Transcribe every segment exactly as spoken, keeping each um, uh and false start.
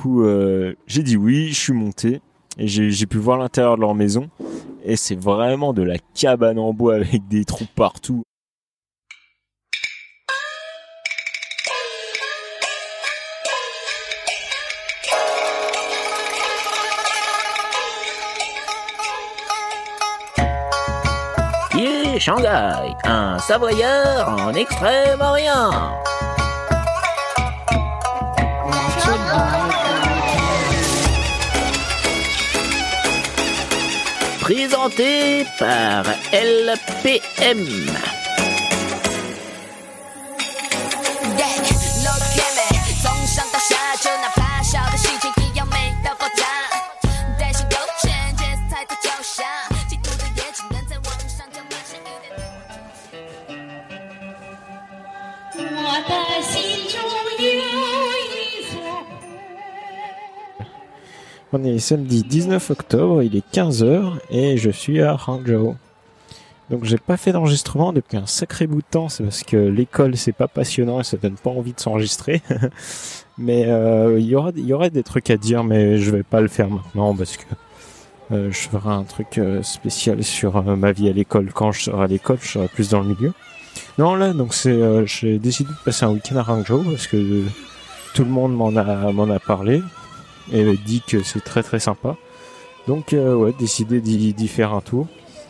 coup, euh, j'ai dit oui, je suis monté et j'ai, j'ai pu voir l'intérieur de leur maison. Et c'est vraiment de la cabane en bois avec des trous partout. Yeah, Shanghai, un Savoyard en Extrême-Orient. Présenté par L P M. On est samedi dix-neuf octobre, il est quinze heures et je suis à Hangzhou. Donc j'ai pas fait d'enregistrement depuis un sacré bout de temps, c'est parce que l'école c'est pas passionnant et ça donne pas envie de s'enregistrer. mais euh, il y aura il y aurait des trucs à dire, mais je vais pas le faire maintenant parce que euh, je ferai un truc euh, spécial sur euh, ma vie à l'école quand je serai à l'école, je serai plus dans le milieu. Non là donc c'est euh, j'ai décidé de passer un week-end à Hangzhou parce que euh, tout le monde m'en a m'en a parlé. Et dit que c'est très très sympa. Donc euh, ouais, décidé d'y, d'y faire un tour.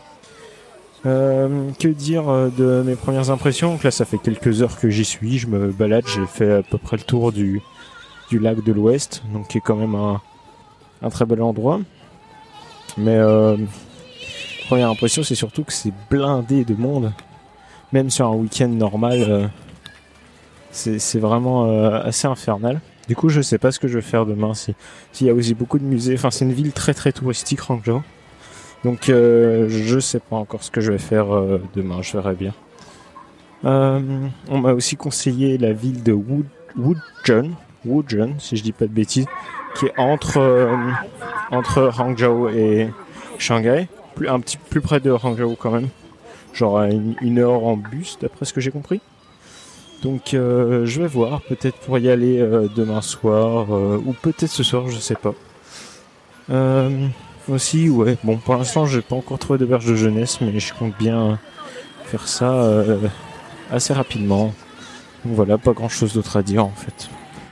Euh, que dire de mes premières impressions? Donc là ça fait quelques heures que j'y suis, je me balade, j'ai fait à peu près le tour du, du lac de l'Ouest, donc qui est quand même un, un très bel endroit. Mais euh, première impression c'est surtout que c'est blindé de monde. Même sur un week-end normal, euh, c'est, c'est vraiment euh, assez infernal. Du coup, je sais pas ce que je vais faire demain. Si, s'il y a aussi beaucoup de musées. Enfin, c'est une ville très très touristique, Hangzhou. Donc, euh, je sais pas encore ce que je vais faire euh, demain. Je verrai bien. Euh, on m'a aussi conseillé la ville de Wu, Wuzhen, Wuzhen, si je dis pas de bêtises, qui est entre euh, entre Hangzhou et Shanghai, plus un petit plus près de Hangzhou quand même. Genre à une, une heure en bus, d'après ce que j'ai compris. Donc euh, je vais voir, peut-être pour y aller euh, demain soir, euh, ou peut-être ce soir, je sais pas. Euh, aussi, ouais, bon pour l'instant j'ai pas encore trouvé d'auberge de jeunesse, mais je compte bien faire ça euh, assez rapidement. Donc voilà, pas grand chose d'autre à dire en fait.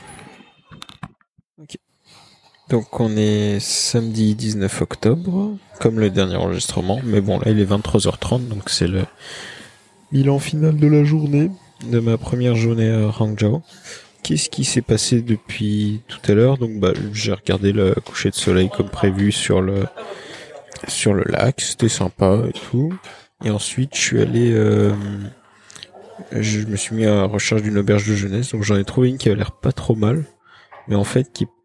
Ok. Donc on est samedi dix-neuf octobre, comme le dernier enregistrement, mais bon là il est vingt-trois heures trente, donc c'est le bilan final de la journée. De ma première journée à Hangzhou. Qu'est-ce qui s'est passé depuis tout à l'heure? Donc bah j'ai regardé le coucher de soleil comme prévu sur le sur le lac, c'était sympa et tout. Et ensuite je suis allé euh, je me suis mis à la recherche d'une auberge de jeunesse, donc j'en ai trouvé une qui avait l'air pas trop mal, mais en fait qui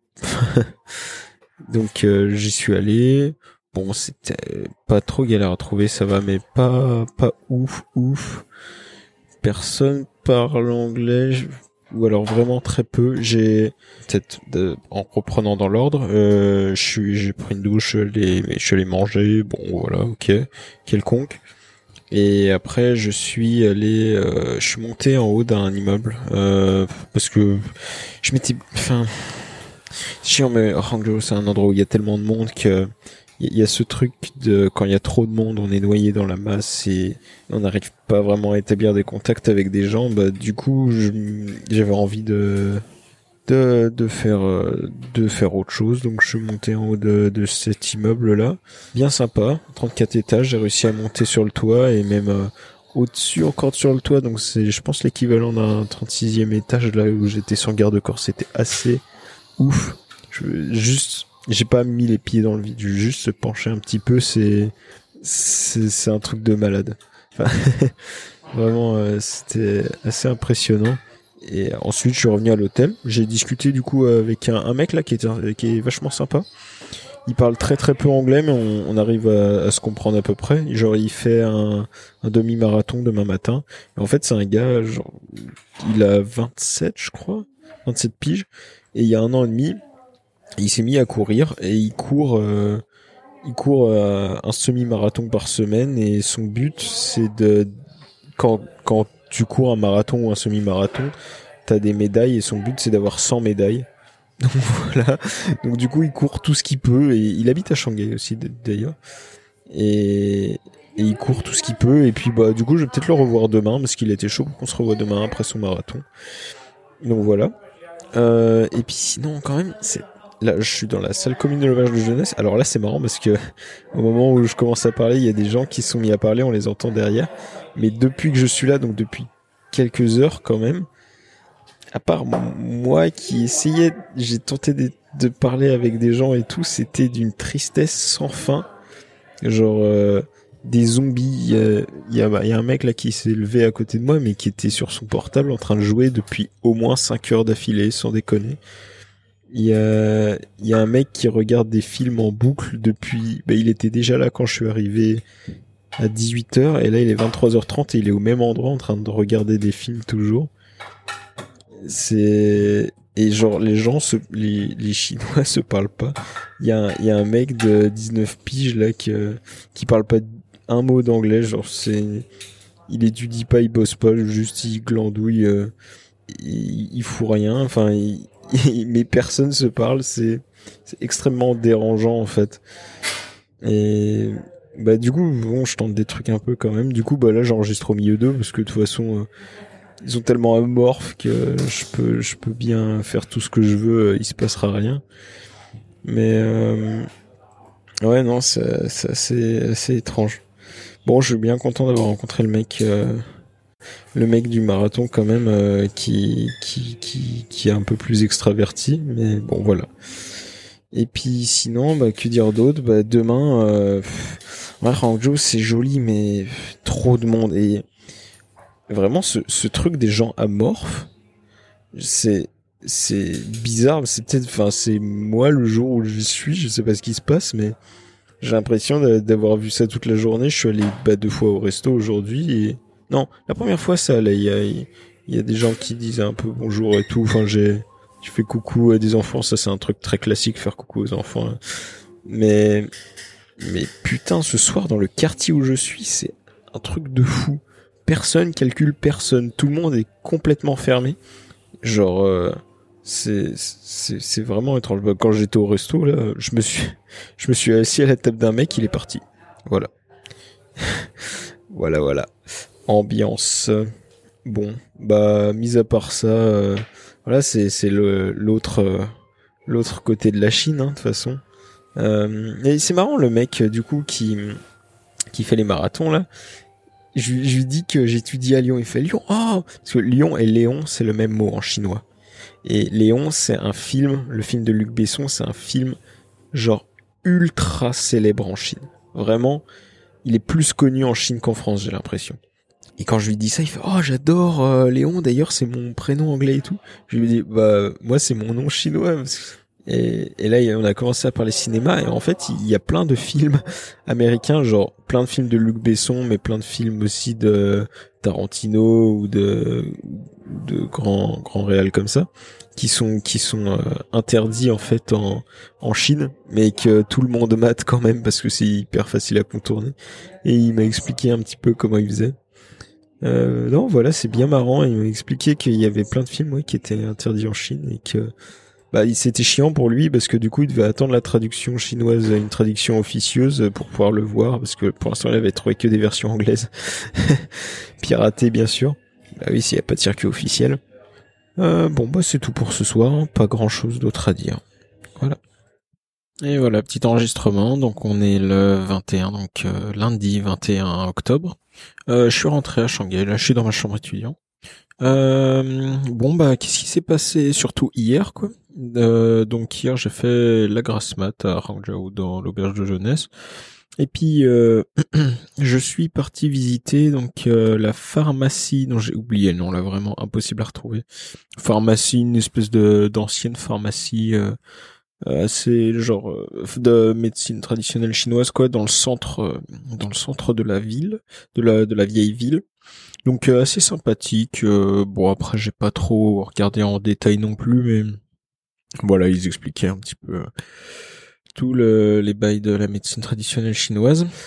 donc euh, j'y suis allé. Bon, c'était pas trop galère à trouver, ça va, mais pas pas ouf ouf. Personne parle anglais, ou alors vraiment très peu. J'ai peut-être de, en reprenant dans l'ordre, euh, je suis, j'ai pris une douche, les, je suis allé manger. Bon, voilà, ok, quelconque. Et après, je suis allé, euh, je suis monté en haut d'un immeuble euh, parce que je m'étais, enfin, chiant, mais Hangzhou, c'est un endroit où il y a tellement de monde que il y a ce truc de quand il y a trop de monde, on est noyé dans la masse et on n'arrive pas vraiment à établir des contacts avec des gens. Bah du coup, je, j'avais envie de de de faire de faire autre chose. Donc je suis monté en haut de de cet immeuble là, bien sympa, trente-quatre étages. J'ai réussi à monter sur le toit et même euh, au-dessus encore sur le toit. Donc c'est, je pense, l'équivalent d'un trente-sixième étage là où j'étais sans garde-corps. C'était assez ouf. Je, juste J'ai pas mis les pieds dans le vide, j'ai juste se pencher un petit peu, c'est c'est, c'est un truc de malade. Enfin, vraiment, euh, c'était assez impressionnant. Et ensuite, je suis revenu à l'hôtel. J'ai discuté du coup avec un, un mec là qui est qui est vachement sympa. Il parle très très peu anglais, mais on, on arrive à, à se comprendre à peu près. Genre, il fait un, un demi-marathon demain matin. Et en fait, c'est un gars, genre, il a vingt-sept, je crois, vingt-sept piges. Et il y a un an et demi, il s'est mis à courir et il court, euh, il court euh, un semi-marathon par semaine. Et son but, c'est de quand quand tu cours un marathon ou un semi-marathon, t'as des médailles et son but, c'est d'avoir cent médailles. Donc voilà. Donc du coup, il court tout ce qu'il peut et il habite à Shanghai aussi d'ailleurs. Et, et il court tout ce qu'il peut et puis bah du coup, je vais peut-être le revoir demain parce qu'il était chaud pour qu'on se revoie demain après son marathon. Donc voilà. Euh, et puis sinon quand même, c'est là je suis dans la salle commune de l'auberge de jeunesse. Alors là c'est marrant parce que au moment où je commence à parler, il y a des gens qui sont mis à parler, on les entend derrière. Mais depuis que je suis là, donc depuis quelques heures quand même, à part moi qui essayais, j'ai tenté de, de parler avec des gens et tout, c'était d'une tristesse sans fin. Genre euh, des zombies. Il euh, y, a, y a un mec là qui s'est levé à côté de moi, mais qui était sur son portable en train de jouer depuis au moins cinq heures d'affilée, sans déconner. Il y a, y a un mec qui regarde des films en boucle depuis... Bah, il était déjà là quand je suis arrivé à dix-huit heures, et là il est vingt-trois heures trente et il est au même endroit en train de regarder des films toujours. C'est... Et genre, les gens, se, les, les Chinois se parlent pas. Il y a un, il y a un mec de dix-neuf piges, là, qui, qui parle pas un mot d'anglais. Genre, c'est, il étudie pas, il bosse pas, juste il glandouille, euh, il, il fout rien. Enfin, il, il, mais personne se parle. C'est, c'est extrêmement dérangeant, en fait. Et, bah, du coup, bon, je tente des trucs un peu quand même. Du coup, bah, là, j'enregistre au milieu d'eux, parce que de toute façon, euh, ils sont tellement amorphes que je peux je peux bien faire tout ce que je veux, il se passera rien. Mais euh, ouais non, c'est c'est assez, assez étrange. Bon, je suis bien content d'avoir rencontré le mec euh, le mec du marathon quand même, euh, qui qui qui qui est un peu plus extraverti, mais bon voilà. Et puis sinon, bah que dire d'autre? Bah demain euh, ouais, Hangzhou c'est joli mais trop de monde. Et vraiment, ce, ce truc des gens amorphes, c'est, c'est bizarre. C'est peut-être, enfin, c'est moi le jour où j'y suis, je sais pas ce qui se passe, mais j'ai l'impression d'avoir vu ça toute la journée. Je suis allé bah, deux fois au resto aujourd'hui et non, la première fois ça allait. Il y a, il y a des gens qui disent un peu bonjour et tout. Enfin, j'ai, je fais coucou à des enfants. Ça, c'est un truc très classique, faire coucou aux enfants. Mais, mais putain, ce soir dans le quartier où je suis, c'est un truc de fou. Personne calcule personne, tout le monde est complètement fermé. Genre, euh, c'est c'est c'est vraiment étrange. Bah, quand j'étais au resto là, je me suis je me suis assis à la table d'un mec, il est parti. Voilà, voilà, voilà. Ambiance. Bon, bah mis à part ça, euh, voilà, c'est c'est le l'autre euh, l'autre côté de la Chine, hein, de toute façon. Euh, et c'est marrant le mec du coup qui qui fait les marathons là. Je, je lui dis que j'étudie à Lyon. Il fait Lyon. Oh, parce que Lyon et Léon, c'est le même mot en chinois. Et Léon, c'est un film, le film de Luc Besson, c'est un film genre ultra célèbre en Chine. Vraiment, il est plus connu en Chine qu'en France, j'ai l'impression. Et quand je lui dis ça, il fait oh j'adore euh, Léon. D'ailleurs, c'est mon prénom anglais et tout. Je lui dis bah moi c'est mon nom chinois. Parce que... Et, et là, on a commencé à parler cinéma, et en fait, il y a plein de films américains, genre plein de films de Luc Besson, mais plein de films aussi de Tarantino ou de de grands grands réals comme ça, qui sont qui sont euh, interdits en fait en en Chine, mais que tout le monde mate quand même parce que c'est hyper facile à contourner. Et il m'a expliqué un petit peu comment il faisait. Euh, non, voilà, c'est bien marrant. Il m'a expliqué qu'il y avait plein de films, ouais, qui étaient interdits en Chine et que bah, c'était chiant pour lui parce que du coup, il devait attendre la traduction chinoise, une traduction officieuse pour pouvoir le voir parce que pour l'instant, il avait trouvé que des versions anglaises. Piratées, bien sûr. Bah oui, s'il n'y a pas de circuit officiel. Euh, bon, bah, c'est tout pour ce soir. Pas grand chose d'autre à dire. Voilà. Et voilà, petit enregistrement. Donc, on est le vingt et un, donc, euh, lundi vingt et un octobre. Euh, je suis rentré à Shanghai. Là, je suis dans ma chambre étudiant. Euh, bon bah qu'est-ce qui s'est passé surtout hier quoi. Euh, donc hier j'ai fait la grasse mat à Hangzhou dans l'auberge de jeunesse et puis euh, je suis parti visiter donc euh, la pharmacie dont j'ai oublié le nom là, vraiment impossible à retrouver. Pharmacie, une espèce de d'ancienne pharmacie euh, assez genre euh, de médecine traditionnelle chinoise quoi, dans le centre euh, dans le centre de la ville, de la de la vieille ville. Donc euh, assez sympathique. Euh, bon après j'ai pas trop regardé en détail non plus, mais voilà ils expliquaient un petit peu euh, tout le, les bails de la médecine traditionnelle chinoise.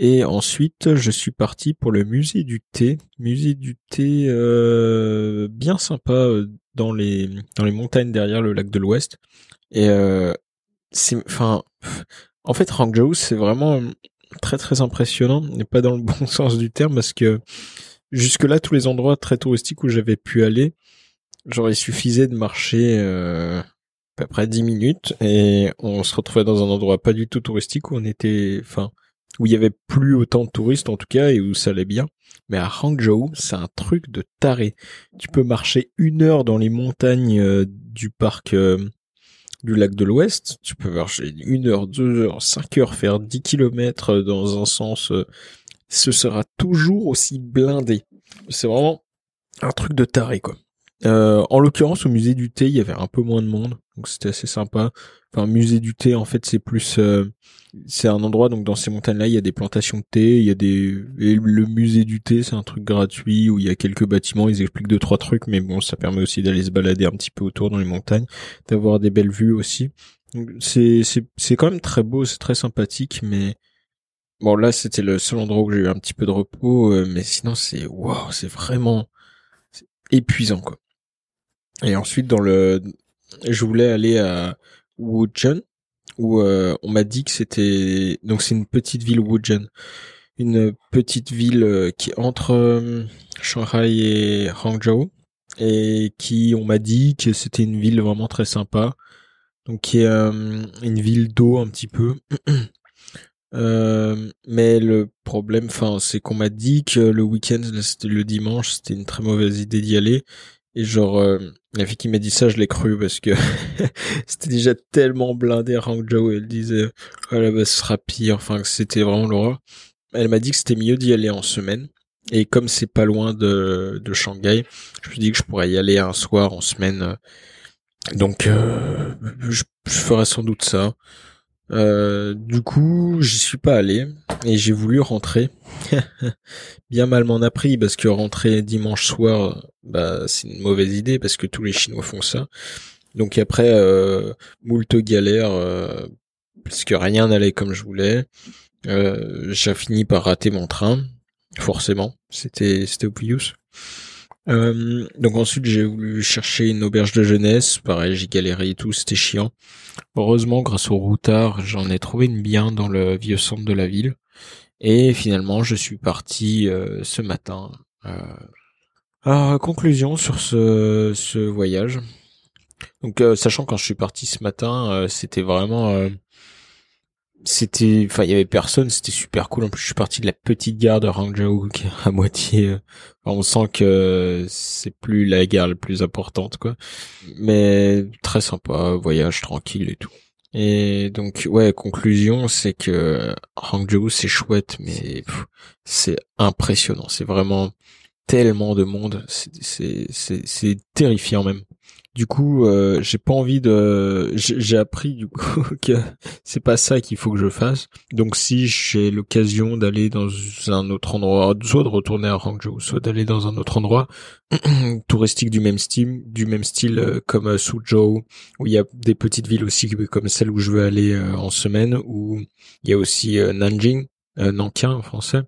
Et ensuite, je suis parti pour le musée du thé. Musée du thé euh, bien sympa euh, dans les dans les montagnes derrière le lac de l'Ouest. Et euh, c'est, enfin, en fait, Hangzhou, c'est vraiment très très impressionnant, mais pas dans le bon sens du terme, parce que jusque-là, tous les endroits très touristiques où j'avais pu aller, genre il suffisait de marcher euh, à peu près dix minutes et on se retrouvait dans un endroit pas du tout touristique où on était, enfin, où il y avait plus autant de touristes en tout cas et où ça allait bien. Mais à Hangzhou, c'est un truc de taré. Tu peux marcher une heure dans les montagnes euh, du parc euh, du lac de l'Ouest. Tu peux marcher une heure, deux heures, cinq heures, faire dix kilomètres dans un sens. Euh, ce sera toujours aussi blindé. C'est vraiment un truc de taré, quoi. Euh, en l'occurrence, au musée du thé, il y avait un peu moins de monde, donc c'était assez sympa. Enfin, musée du thé, en fait, c'est plus, euh, c'est un endroit, donc dans ces montagnes-là, il y a des plantations de thé, il y a des, et le musée du thé, c'est un truc gratuit où il y a quelques bâtiments, ils expliquent deux, trois trucs, mais bon, ça permet aussi d'aller se balader un petit peu autour dans les montagnes, d'avoir des belles vues aussi. Donc, c'est, c'est, c'est quand même très beau, c'est très sympathique, mais bon, là, c'était le seul endroit où j'ai eu un petit peu de repos, euh, mais sinon, c'est, waouh, c'est vraiment c'est épuisant, quoi. Et ensuite, dans le, je voulais aller à Wuzhen, où euh, on m'a dit que c'était, donc c'est une petite ville Wuzhen, une petite ville euh, qui est entre euh, Shanghai et Hangzhou, et qui, on m'a dit que c'était une ville vraiment très sympa, donc qui est euh, une ville d'eau un petit peu. Euh, mais le problème, enfin, c'est qu'on m'a dit que le week-end, c'était le dimanche, c'était une très mauvaise idée d'y aller. Et genre, euh, la fille qui m'a dit ça, je l'ai cru parce que c'était déjà tellement blindé à Hangzhou. Elle disait, oh là, bah, ce sera pire. Enfin, que c'était vraiment l'horreur. Elle m'a dit que c'était mieux d'y aller en semaine. Et comme c'est pas loin de, de Shanghai, je me suis dit que je pourrais y aller un soir en semaine. Donc, euh, je, je ferai sans doute ça. Euh, du coup, j'y suis pas allé et j'ai voulu rentrer. Bien mal m'en a pris parce que rentrer dimanche soir, bah c'est une mauvaise idée parce que tous les Chinois font ça. Donc après, euh, moult galères euh, parce que rien n'allait comme je voulais. Euh, j'ai fini par rater mon train, forcément. C'était c'était obvious. Euh, donc ensuite j'ai voulu chercher une auberge de jeunesse, pareil j'ai galéré et tout, c'était chiant. Heureusement grâce au routard j'en ai trouvé une bien dans le vieux centre de la ville et finalement je suis parti euh, ce matin. Euh... Alors conclusion sur ce ce voyage. Donc euh, sachant quand je suis parti ce matin euh, c'était vraiment euh, c'était, enfin, il y avait personne, c'était super cool. En plus, je suis parti de la petite gare de Hangzhou, qui est à moitié, enfin, on sent que c'est plus la gare la plus importante, quoi. Mais très sympa, voyage tranquille et tout. Et donc, ouais, conclusion, c'est que Hangzhou, c'est chouette, mais pff, c'est impressionnant. C'est vraiment tellement de monde, c'est, c'est, c'est, c'est terrifiant même. Du coup, euh, j'ai pas envie de. J'ai, j'ai appris du coup que c'est pas ça qu'il faut que je fasse. Donc, si j'ai l'occasion d'aller dans un autre endroit, soit de retourner à Hangzhou, soit d'aller dans un autre endroit touristique du même style, du même style euh, comme euh, Suzhou, où il y a des petites villes aussi comme celle où je veux aller euh, en semaine, où il y a aussi euh, Nanjing, euh, Nankin en français,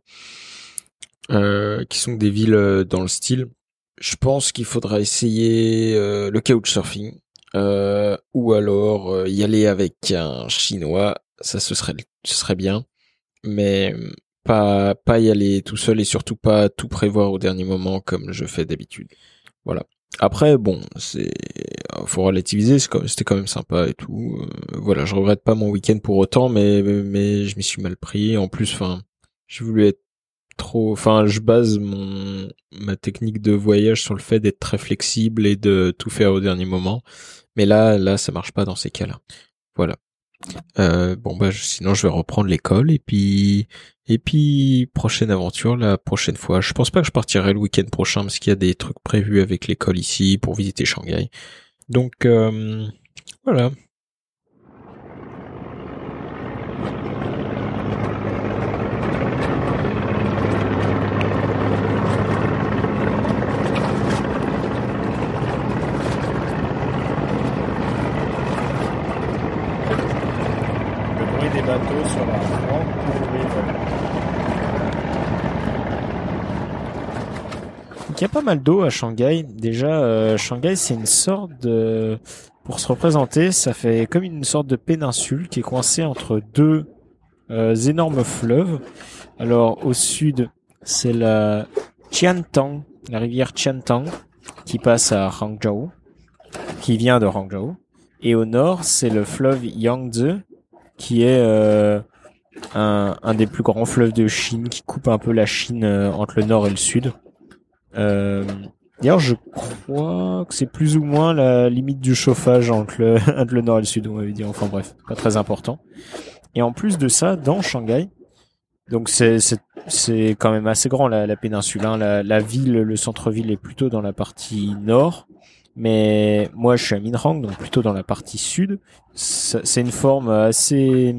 euh, qui sont des villes euh, dans le style. Je pense qu'il faudra essayer euh, le couchsurfing euh, ou alors euh, y aller avec un Chinois, ça ce serait ce serait bien, mais pas pas y aller tout seul et surtout pas tout prévoir au dernier moment comme je fais d'habitude. Voilà. Après bon, c'est faut relativiser, c'est quand, c'était quand même sympa et tout. Euh, voilà, je regrette pas mon week-end pour autant, mais mais je m'y suis mal pris. En plus, enfin, j'ai voulu être trop, enfin, je base mon ma technique de voyage sur le fait d'être très flexible et de tout faire au dernier moment. Mais là, là, ça marche pas dans ces cas-là. Voilà. Euh, bon bah, je, sinon, je vais reprendre l'école et puis et puis prochaine aventure la prochaine fois. Je pense pas que je partirai le week-end prochain parce qu'il y a des trucs prévus avec l'école ici pour visiter Shanghai. Donc euh, voilà. Des bateaux sur la Vancouver River. Donc il y a pas mal d'eau à Shanghai. Déjà, euh, Shanghai, c'est une sorte de... Pour se représenter, ça fait comme une sorte de péninsule qui est coincée entre deux euh, énormes fleuves. Alors, au sud, c'est la Qiantang, la rivière Qiantang, qui passe à Hangzhou, qui vient de Hangzhou. Et au nord, c'est le fleuve Yangtze, qui est euh, un, un des plus grands fleuves de Chine, qui coupe un peu la Chine euh, entre le nord et le sud. Euh, D'ailleurs, je crois que c'est plus ou moins la limite du chauffage entre le, entre le nord et le sud, on m'avait dit. Enfin bref, pas très important. Et en plus de ça, dans Shanghai, donc c'est c'est c'est quand même assez grand la, la péninsule. Hein. La, la ville, le centre-ville est plutôt dans la partie nord, mais moi je suis à Minhang, donc plutôt dans la partie sud. C'est, c'est une forme assez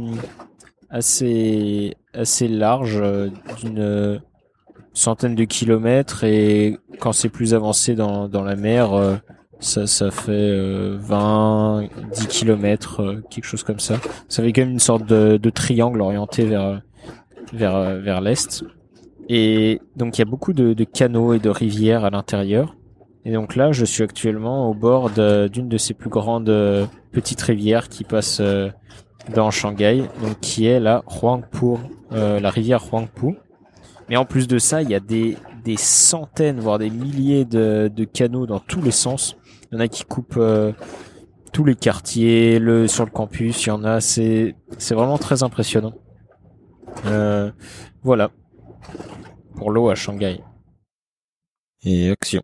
assez assez large, d'une centaine de kilomètres, et quand c'est plus avancé dans dans la mer, euh, ça ça fait euh, vingt, dix kilomètres, euh, quelque chose comme ça. Ça fait quand même une sorte de, de triangle orienté vers vers vers l'est. Et donc il y a beaucoup de, de canaux et de rivières à l'intérieur. Et donc là, je suis actuellement au bord de, d'une de ces plus grandes euh, petites rivières qui passe euh, dans Shanghai, donc qui est la Huangpu, euh, la rivière Huangpu. Mais en plus de ça, il y a des, des centaines, voire des milliers de, de canaux dans tous les sens. Il y en a qui coupent euh, tous les quartiers, le, sur le campus, il y en a, c'est, c'est vraiment très impressionnant. Euh, voilà. Pour l'eau à Shanghai. Et action.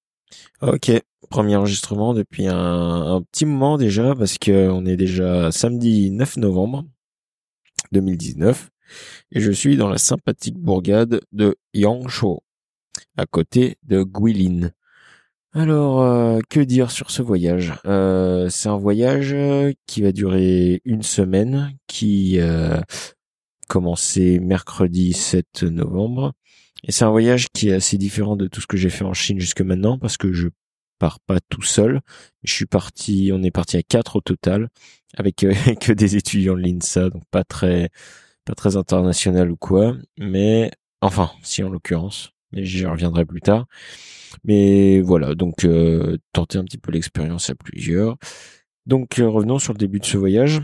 Ok, premier enregistrement depuis un, un petit moment déjà, parce que on est déjà samedi neuf novembre deux mille dix-neuf. Et je suis dans la sympathique bourgade de Yangshuo, à côté de Guilin. Alors, euh, que dire sur ce voyage ? euh, C'est un voyage qui va durer une semaine, qui euh, commençait mercredi sept novembre. Et c'est un voyage qui est assez différent de tout ce que j'ai fait en Chine jusque maintenant, parce que je pars pas tout seul. Je suis parti, on est parti à quatre au total, avec euh, que des étudiants de l'INSA, donc pas très... pas très international ou quoi, mais enfin, si en l'occurrence, mais j'y reviendrai plus tard. Mais voilà, donc euh, tenter un petit peu l'expérience à plusieurs. Donc euh, revenons sur le début de ce voyage.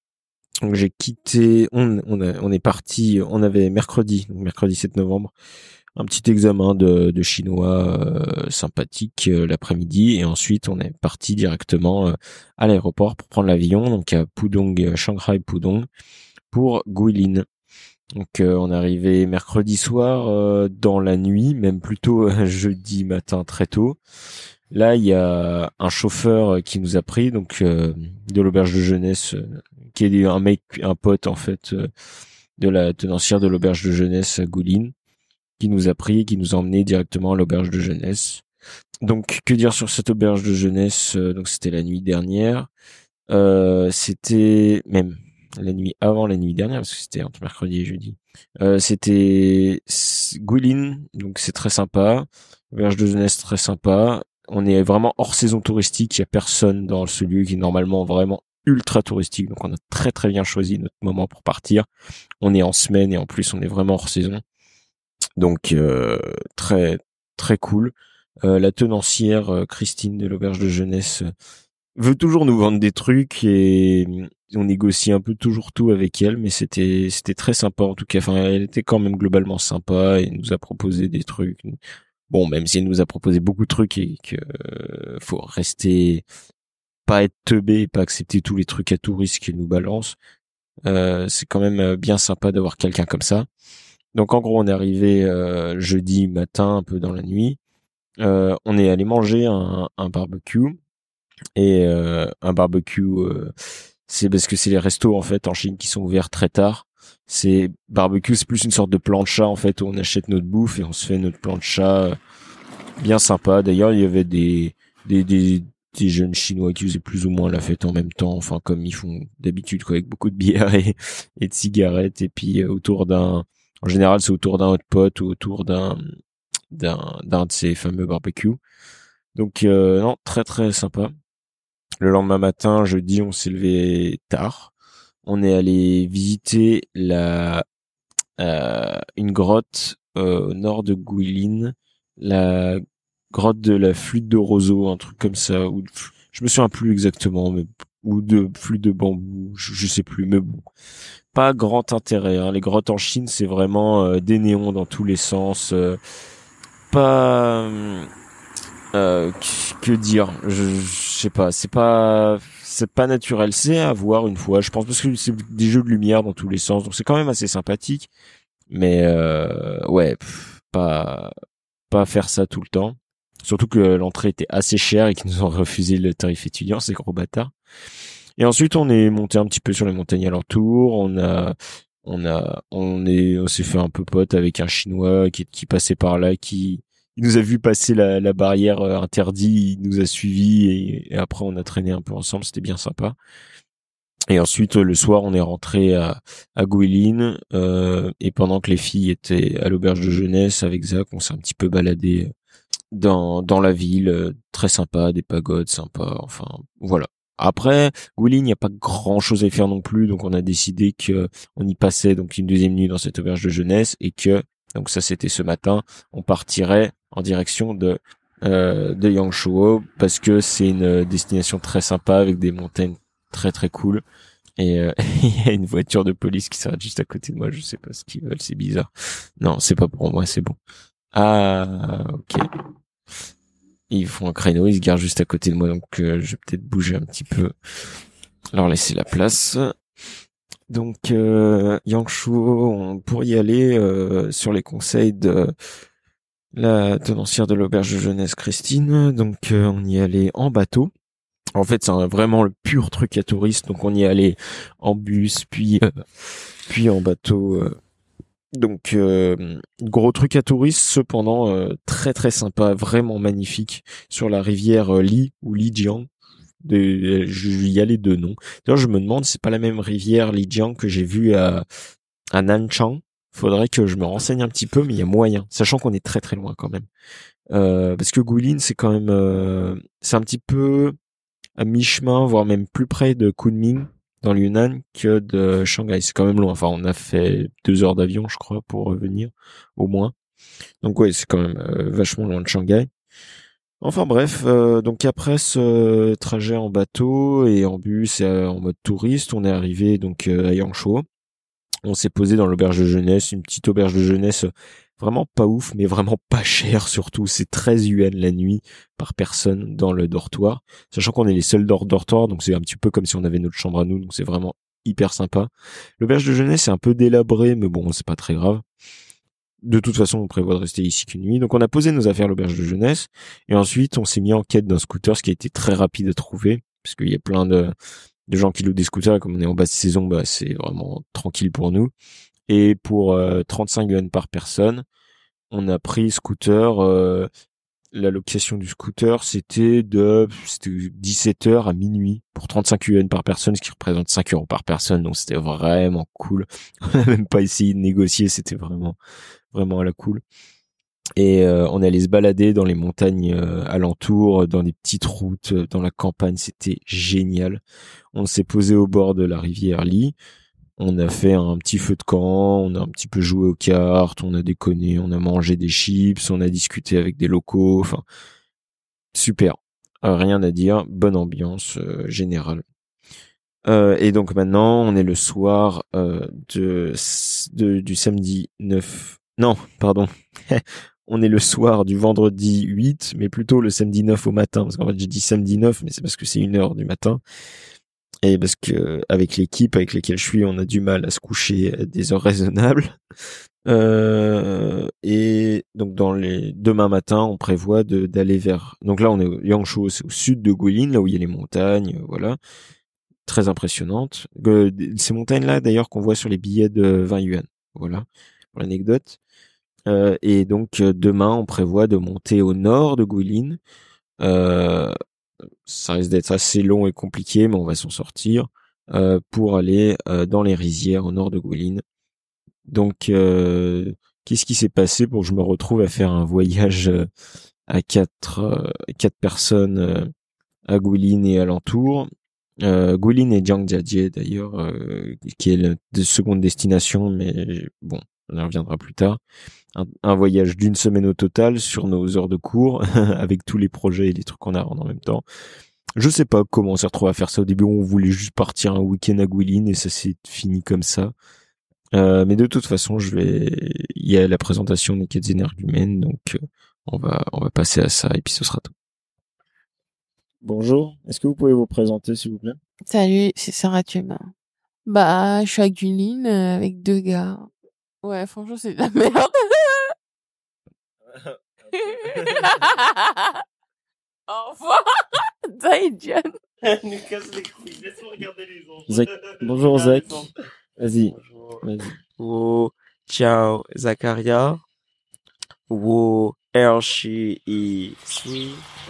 Donc j'ai quitté, on on, a, on est parti, on avait mercredi, donc mercredi sept novembre, un petit examen de, de chinois euh, sympathique euh, l'après-midi, et ensuite on est parti directement euh, à l'aéroport pour prendre l'avion, donc à Pudong, Shanghai Pudong, pour Guilin. Donc euh, on est arrivé mercredi soir euh, dans la nuit, même plutôt euh, jeudi matin très tôt. Là, il y a un chauffeur qui nous a pris, donc euh, de l'auberge de jeunesse, euh, qui est un mec, un pote en fait euh, de la tenancière de l'auberge de jeunesse à Guilin, qui nous a pris et qui nous a emmené directement à l'auberge de jeunesse. Donc que dire sur cette auberge de jeunesse ? euh, Donc c'était la nuit dernière. Euh, c'était même la nuit avant la nuit dernière, parce que c'était entre mercredi et jeudi. Euh, c'était Guilin, donc c'est très sympa. Auberge de jeunesse très sympa. On est vraiment hors saison touristique, il y a personne dans ce lieu qui est normalement vraiment ultra touristique, donc on a très très bien choisi notre moment pour partir. On est en semaine et en plus on est vraiment hors saison. Donc euh, très très cool. Euh, la tenancière euh, Christine de l'auberge de jeunesse euh, veut toujours nous vendre des trucs et on négocie un peu toujours tout avec elle, mais c'était c'était très sympa en tout cas. Enfin, elle était quand même globalement sympa et nous a proposé des trucs. Bon, même si elle nous a proposé beaucoup de trucs et que euh, faut rester, pas être teubé et pas accepter tous les trucs à tout risque qu'elle nous balance. Euh, c'est quand même bien sympa d'avoir quelqu'un comme ça. Donc en gros, on est arrivé euh, jeudi matin, un peu dans la nuit. Euh, on est allé manger un, un barbecue. Et euh, un barbecue, euh, c'est parce que c'est les restos en fait en Chine qui sont ouverts très tard. C'est barbecue, c'est plus une sorte de plancha en fait où on achète notre bouffe et on se fait notre plancha bien sympa. D'ailleurs, il y avait des des des des jeunes chinois qui faisaient plus ou moins la fête en même temps, enfin comme ils font d'habitude quoi, avec beaucoup de bière et, et de cigarettes, et puis euh, autour d'un, en général c'est autour d'un hot pot ou autour d'un d'un d'un de ces fameux barbecues. Donc euh, non, très très sympa. Le lendemain matin, jeudi, on s'est levé tard. On est allé visiter la euh, une grotte euh, au nord de Guilin, la grotte de la flûte de roseau, un truc comme ça, ou je me souviens plus exactement, mais ou de flûte de bambou, je, je sais plus, mais bon, pas grand intérêt. Hein. Les grottes en Chine, c'est vraiment euh, des néons dans tous les sens, euh, pas euh, que dire, je, je sais pas, c'est pas c'est pas naturel, c'est à voir une fois, je pense, parce que c'est des jeux de lumière dans tous les sens, donc c'est quand même assez sympathique, mais euh, ouais, pff, pas pas faire ça tout le temps. Surtout que l'entrée était assez chère et qu'ils nous ont refusé le tarif étudiant, ces gros bâtards. Et ensuite, on est monté un petit peu sur les montagnes alentours. On a, on a, on est, on s'est fait un peu pote avec un Chinois qui, qui passait par là, qui, il nous a vu passer la, la barrière interdite, il nous a suivis et, et après on a traîné un peu ensemble. C'était bien sympa. Et ensuite, le soir, on est rentré à, à Guilin, euh, et pendant que les filles étaient à l'auberge de jeunesse avec Zach, on s'est un petit peu baladé dans dans la ville, euh, très sympa, des pagodes sympas, enfin voilà. Après, Guilin, il n'y a pas grand chose à y faire non plus, donc on a décidé que on y passait donc une deuxième nuit dans cette auberge de jeunesse et que donc ça c'était ce matin, on partirait en direction de euh, de Yangshuo parce que c'est une destination très sympa avec des montagnes très très cool. Et euh, il y a une voiture de police qui s'arrête juste à côté de moi, je sais pas ce qu'ils veulent, c'est bizarre. Non, c'est pas pour moi, c'est bon. Ah, ok. Ils font un créneau, ils se garent juste à côté de moi, donc euh, je vais peut-être bouger un petit peu, leur laisser la place. Donc, euh, Yangshuo, on pour y aller euh, sur les conseils de la tenancière de l'auberge de jeunesse Christine, donc euh, on y allait en bateau. En fait, c'est un, vraiment le pur truc à touristes, donc on y allait en bus, puis euh, puis en bateau. Euh, Donc euh, gros truc à touristes, cependant euh, très très sympa, vraiment magnifique sur la rivière euh, Li ou Lijiang. De, je y allais de nom. D'ailleurs, je me demande si c'est pas la même rivière Lijiang que j'ai vue à à Nanchang. Faudrait que je me renseigne un petit peu, mais il y a moyen, sachant qu'on est très très loin quand même. Euh, parce que Guilin, c'est quand même, euh, c'est un petit peu à mi-chemin, voire même plus près de Kunming, dans le Yunnan, que de Shanghai. C'est quand même loin. Enfin, on a fait deux heures d'avion, je crois, pour revenir, au moins. Donc ouais, c'est quand même euh, vachement loin de Shanghai. Enfin bref, euh, donc après ce trajet en bateau et en bus et euh, en mode touriste, on est arrivé donc euh, à Yangshuo. On s'est posé dans l'auberge de jeunesse, une petite auberge de jeunesse vraiment pas ouf, mais vraiment pas cher surtout. C'est treize yuan la nuit par personne dans le dortoir, sachant qu'on est les seuls dans le dortoir, donc c'est un petit peu comme si on avait notre chambre à nous, donc c'est vraiment hyper sympa. L'auberge de jeunesse est un peu délabrée, mais bon, c'est pas très grave. De toute façon, on prévoit de rester ici qu'une nuit. Donc on a posé nos affaires à l'auberge de jeunesse, et ensuite on s'est mis en quête d'un scooter, ce qui a été très rapide à trouver, parce qu'il y a plein de, de gens qui louent des scooters, et comme on est en basse saison, bah c'est vraiment tranquille pour nous. Et pour euh, trente-cinq yuan par personne, on a pris scooter. Euh, la location du scooter, c'était de c'était dix-sept heures à minuit pour trente-cinq yuan par personne, ce qui représente cinq euros par personne. Donc c'était vraiment cool. On n'a même pas essayé de négocier, c'était vraiment vraiment à la cool. Et euh, on allait se balader dans les montagnes euh, alentours, dans des petites routes, euh, dans la campagne. C'était génial. On s'est posé au bord de la rivière Li. On a fait un petit feu de camp, on a un petit peu joué aux cartes, on a déconné, on a mangé des chips, on a discuté avec des locaux, enfin super, euh, rien à dire, bonne ambiance euh, générale. Euh, et donc maintenant, on est le soir euh, de, de du samedi neuf, non, pardon, on est le soir du vendredi huit, mais plutôt le samedi neuf au matin, parce qu'en fait j'ai dit samedi neuf, mais c'est parce que c'est une heure du matin. Et parce que avec l'équipe avec laquelle je suis, on a du mal à se coucher à des heures raisonnables. Euh, et donc dans les demain matin, on prévoit de d'aller vers. Donc là, on est au Yangshuo, c'est au sud de Guilin, là où il y a les montagnes, voilà, très impressionnantes. Euh, ces montagnes-là, d'ailleurs, qu'on voit sur les billets de vingt yuan. Voilà, pour l'anecdote. Euh, et donc demain, on prévoit de monter au nord de Guilin. Euh, ça risque d'être assez long et compliqué, mais on va s'en sortir euh, pour aller euh, dans les rizières au nord de Guilin. Donc, euh, qu'est-ce qui s'est passé pour que je me retrouve à faire un voyage euh, à quatre euh, quatre personnes euh, à Guilin et alentour. Euh, Guilin et Jiangjiajie d'ailleurs, euh, qui est la seconde destination, mais bon, on y reviendra plus tard. Un, un voyage d'une semaine au total sur nos heures de cours, avec tous les projets et les trucs qu'on a en même temps. Je sais pas comment on s'est retrouvé à faire ça. Au début, on voulait juste partir un week-end à Guilin et ça s'est fini comme ça. Euh, mais de toute façon, je vais, il y a la présentation des quêtes énergumènes, donc euh, on va, on va passer à ça et puis ce sera tout. Bonjour, est-ce que vous pouvez vous présenter s'il vous plaît? Salut, c'est Sarah Thuema. Bah, je suis à Guilin euh, avec deux gars. Ouais, franchement, c'est de la merde. Au revoir. Bye, John. Nous casse les couilles, laisse-moi regarder les autres. Zach. Bonjour Zach. Vas-y. Bonjour. Vas-y. Wo, ciao, Zakaria. Wo, Elshi et Sui.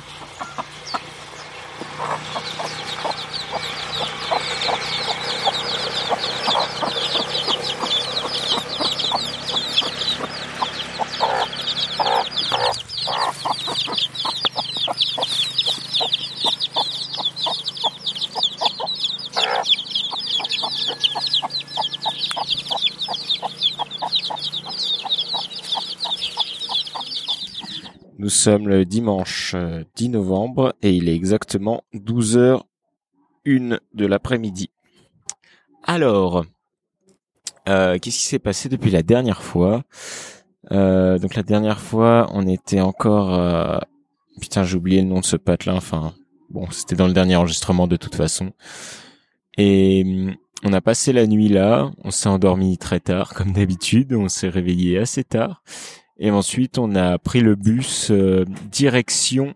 Nous sommes le dimanche dix novembre et il est exactement douze heures une de l'après-midi. Alors, euh, qu'est-ce qui s'est passé depuis la dernière fois? euh, Donc la dernière fois, on était encore... Euh... Putain, j'ai oublié le nom de ce patelin. Enfin, bon, c'était dans le dernier enregistrement de toute façon. Et on a passé la nuit là. On s'est endormi très tard, comme d'habitude. On s'est réveillé assez tard. Et ensuite, on a pris le bus euh, direction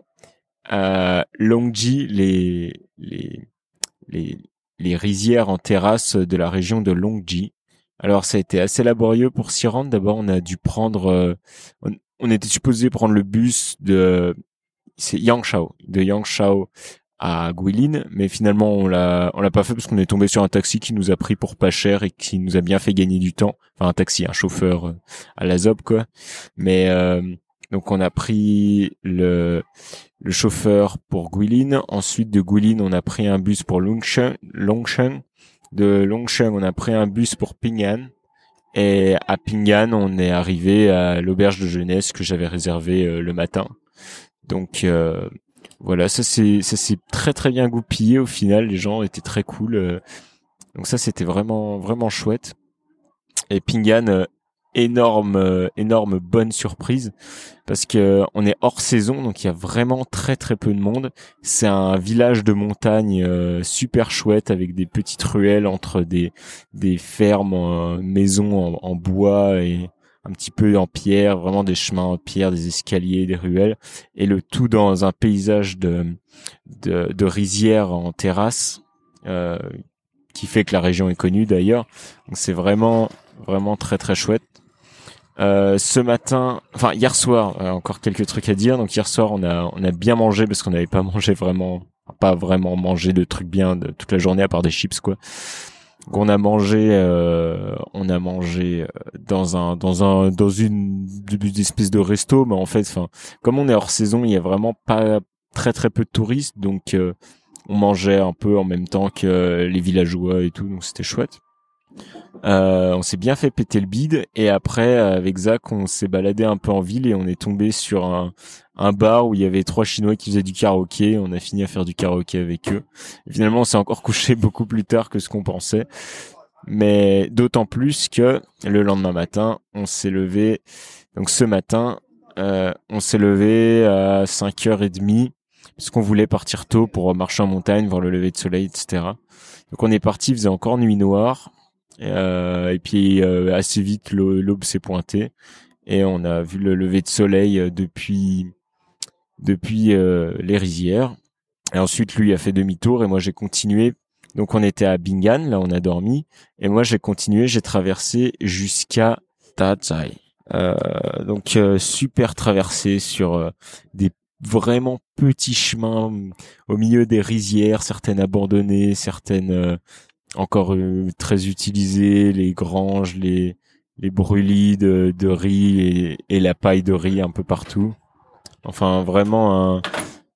à Longji, les les les les rizières en terrasse de la région de Longji. Alors, ça a été assez laborieux pour s'y rendre. D'abord, on a dû prendre, euh, on, on était supposé prendre le bus de c'est Yangshao, de Yangshao à Guilin, mais finalement on l'a on l'a pas fait parce qu'on est tombé sur un taxi qui nous a pris pour pas cher et qui nous a bien fait gagner du temps. Enfin un taxi, un chauffeur à la zob quoi. Mais euh, donc on a pris le le chauffeur pour Guilin. Ensuite de Guilin on a pris un bus pour Longshan. Longshan. De Longshan on a pris un bus pour Ping'an. Et à Ping'an on est arrivé à l'auberge de jeunesse que j'avais réservée euh, le matin. Donc euh, voilà, ça c'est ça s'est très très bien goupillé au final, les gens étaient très cool. Euh, donc ça c'était vraiment vraiment chouette. Et Ping'an, euh, énorme euh, énorme bonne surprise parce que on est hors saison, donc il y a vraiment très très peu de monde. C'est un village de montagne euh, super chouette avec des petites ruelles entre des des fermes, euh, maisons en, en bois et un petit peu en pierre, vraiment des chemins en pierre, des escaliers, des ruelles, et le tout dans un paysage de de, de rizières en terrasse, euh, qui fait que la région est connue d'ailleurs. Donc c'est vraiment vraiment très très chouette. Euh, ce matin, enfin hier soir, euh, encore quelques trucs à dire. Donc hier soir, on a on a bien mangé parce qu'on n'avait pas mangé vraiment, pas vraiment mangé de trucs bien de toute la journée à part des chips quoi. Donc on a mangé, euh, on a mangé dans un, dans un, dans une, une espèce de resto, mais en fait, enfin, comme on est hors saison, il y a vraiment pas très très peu de touristes, donc euh, on mangeait un peu en même temps que les villageois et tout, donc c'était chouette. Euh, on s'est bien fait péter le bide et après avec Zach on s'est baladé un peu en ville et on est tombé sur un, un bar où il y avait trois Chinois qui faisaient du karaoké. On a fini à faire du karaoké avec eux. Et finalement on s'est encore couché beaucoup plus tard que ce qu'on pensait, mais d'autant plus que le lendemain matin on s'est levé. Donc ce matin euh, on s'est levé à cinq heures trente parce qu'on voulait partir tôt pour marcher en montagne, voir le lever de soleil, et cetera. Donc on est parti, il faisait encore nuit noire. Euh, et puis euh, assez vite l'aube s'est pointée et on a vu le lever de soleil depuis depuis euh, les rizières. Et ensuite lui a fait demi-tour et moi j'ai continué. Donc on était à Ping'an, là on a dormi et moi j'ai continué, j'ai traversé jusqu'à Tazai. Euh, donc euh, super traversée sur euh, des vraiment petits chemins au milieu des rizières, certaines abandonnées, certaines euh, encore euh, très utilisé, les granges, les les brûlis de, de riz et, et la paille de riz un peu partout. Enfin vraiment un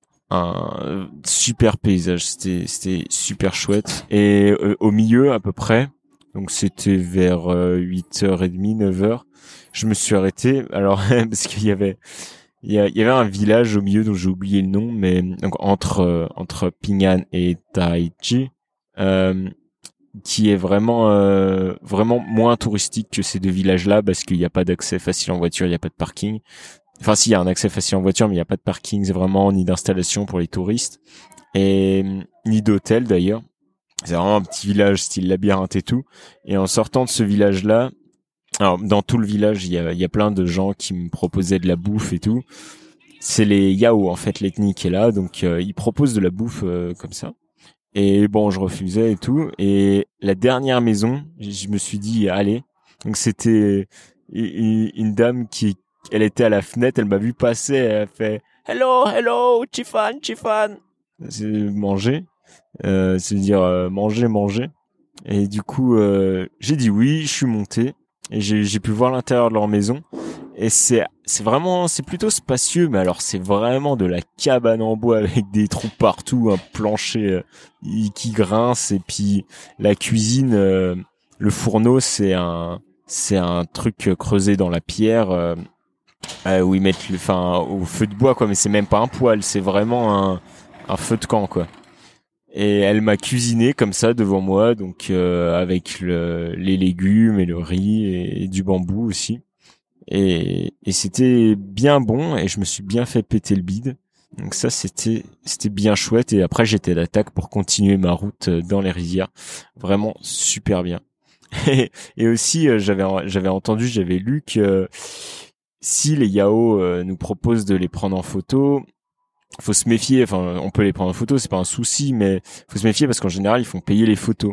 un super paysage, c'était c'était super chouette. Et euh, au milieu à peu près, Donc c'était vers euh, huit heures trente, neuf heures. Je me suis arrêté, alors parce qu'il y avait il y, a, il y avait un village au milieu dont j'ai oublié le nom, mais donc entre euh, entre Ping'an et Tahiti, euh, qui est vraiment euh, vraiment moins touristique que ces deux villages-là parce qu'il n'y a pas d'accès facile en voiture, il n'y a pas de parking. Enfin, si, il y a un accès facile en voiture, mais il n'y a pas de parking, c'est vraiment ni d'installation pour les touristes et ni d'hôtel d'ailleurs. C'est vraiment un petit village style labyrinthe et tout. Et en sortant de ce village-là, alors dans tout le village, il y a, il y a plein de gens qui me proposaient de la bouffe et tout. C'est les Yao en fait, l'ethnie qui est là, donc euh, ils proposent de la bouffe euh, comme ça. Et bon, je refusais et tout. Et la dernière maison, je me suis dit allez. Donc c'était une, une dame qui, elle était à la fenêtre, elle m'a vu passer, elle a fait hello, hello, Chifan, Chifan. C'est manger, euh, c'est dire euh, manger, manger. Et du coup, euh, j'ai dit oui, je suis monté et j'ai, j'ai pu voir l'intérieur de leur maison. Et c'est, c'est vraiment, c'est plutôt spacieux, mais alors c'est vraiment de la cabane en bois avec des trous partout, un plancher euh, qui grince et puis la cuisine, euh, le fourneau, c'est un, c'est un truc creusé dans la pierre euh, euh, où ils mettent, le, enfin, au feu de bois quoi, mais c'est même pas un poêle, c'est vraiment un, un feu de camp quoi. Et elle m'a cuisiné comme ça devant moi, donc euh, avec le, les légumes et le riz et, et du bambou aussi. Et, et c'était bien bon et je me suis bien fait péter le bide. Donc ça c'était c'était bien chouette et après j'étais à l'attaque pour continuer ma route dans les rizières. Vraiment super bien. Et, et aussi j'avais j'avais entendu, j'avais lu que si les Yao euh, nous proposent de les prendre en photo, faut se méfier, enfin on peut les prendre en photo, c'est pas un souci, mais faut se méfier parce qu'en général ils font payer les photos.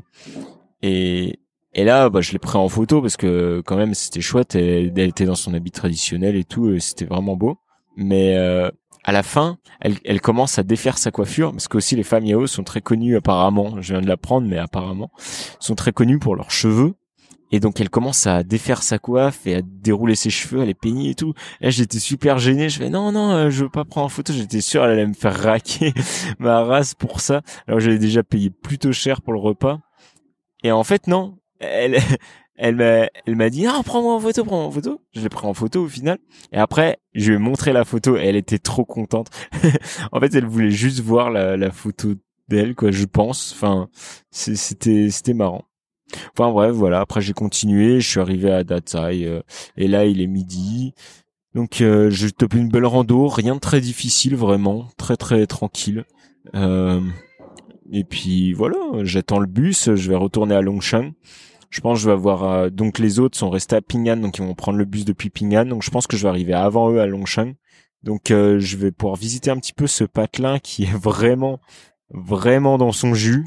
Et et là bah je l'ai pris en photo parce que quand même c'était chouette, elle, elle était dans son habit traditionnel et tout, et c'était vraiment beau. Mais euh, à la fin, elle elle commence à défaire sa coiffure parce que aussi les femmes Yao sont très connues apparemment, je viens de l'apprendre mais apparemment sont très connues pour leurs cheveux. Et donc elle commence à défaire sa coiffe et à dérouler ses cheveux, à les peigner et tout. Et là j'étais super gêné, je fais non non, euh, je veux pas prendre en photo, j'étais sûr elle allait me faire raquer ma race pour ça. Alors j'avais déjà payé plutôt cher pour le repas. Et en fait non, elle elle m'a elle m'a dit non, prends-moi en photo, prends-moi en photo. Je l'ai pris en photo au final. Et après, je lui ai montré la photo et elle était trop contente. En fait, elle voulait juste voir la la photo d'elle quoi, je pense. Enfin, c'était c'était marrant. Enfin bref, voilà, après j'ai continué, je suis arrivé à Datsai euh, et là il est midi. Donc euh, j'ai topé une belle rando, rien de très difficile vraiment, très très tranquille. Euh, et puis voilà, j'attends le bus, je vais retourner à Longshan. Je pense que je vais avoir euh, donc les autres sont restés à Ping'an, donc ils vont prendre le bus depuis Ping'an. Donc je pense que je vais arriver avant eux à Longshan. Donc euh, je vais pouvoir visiter un petit peu ce patelin qui est vraiment vraiment dans son jus.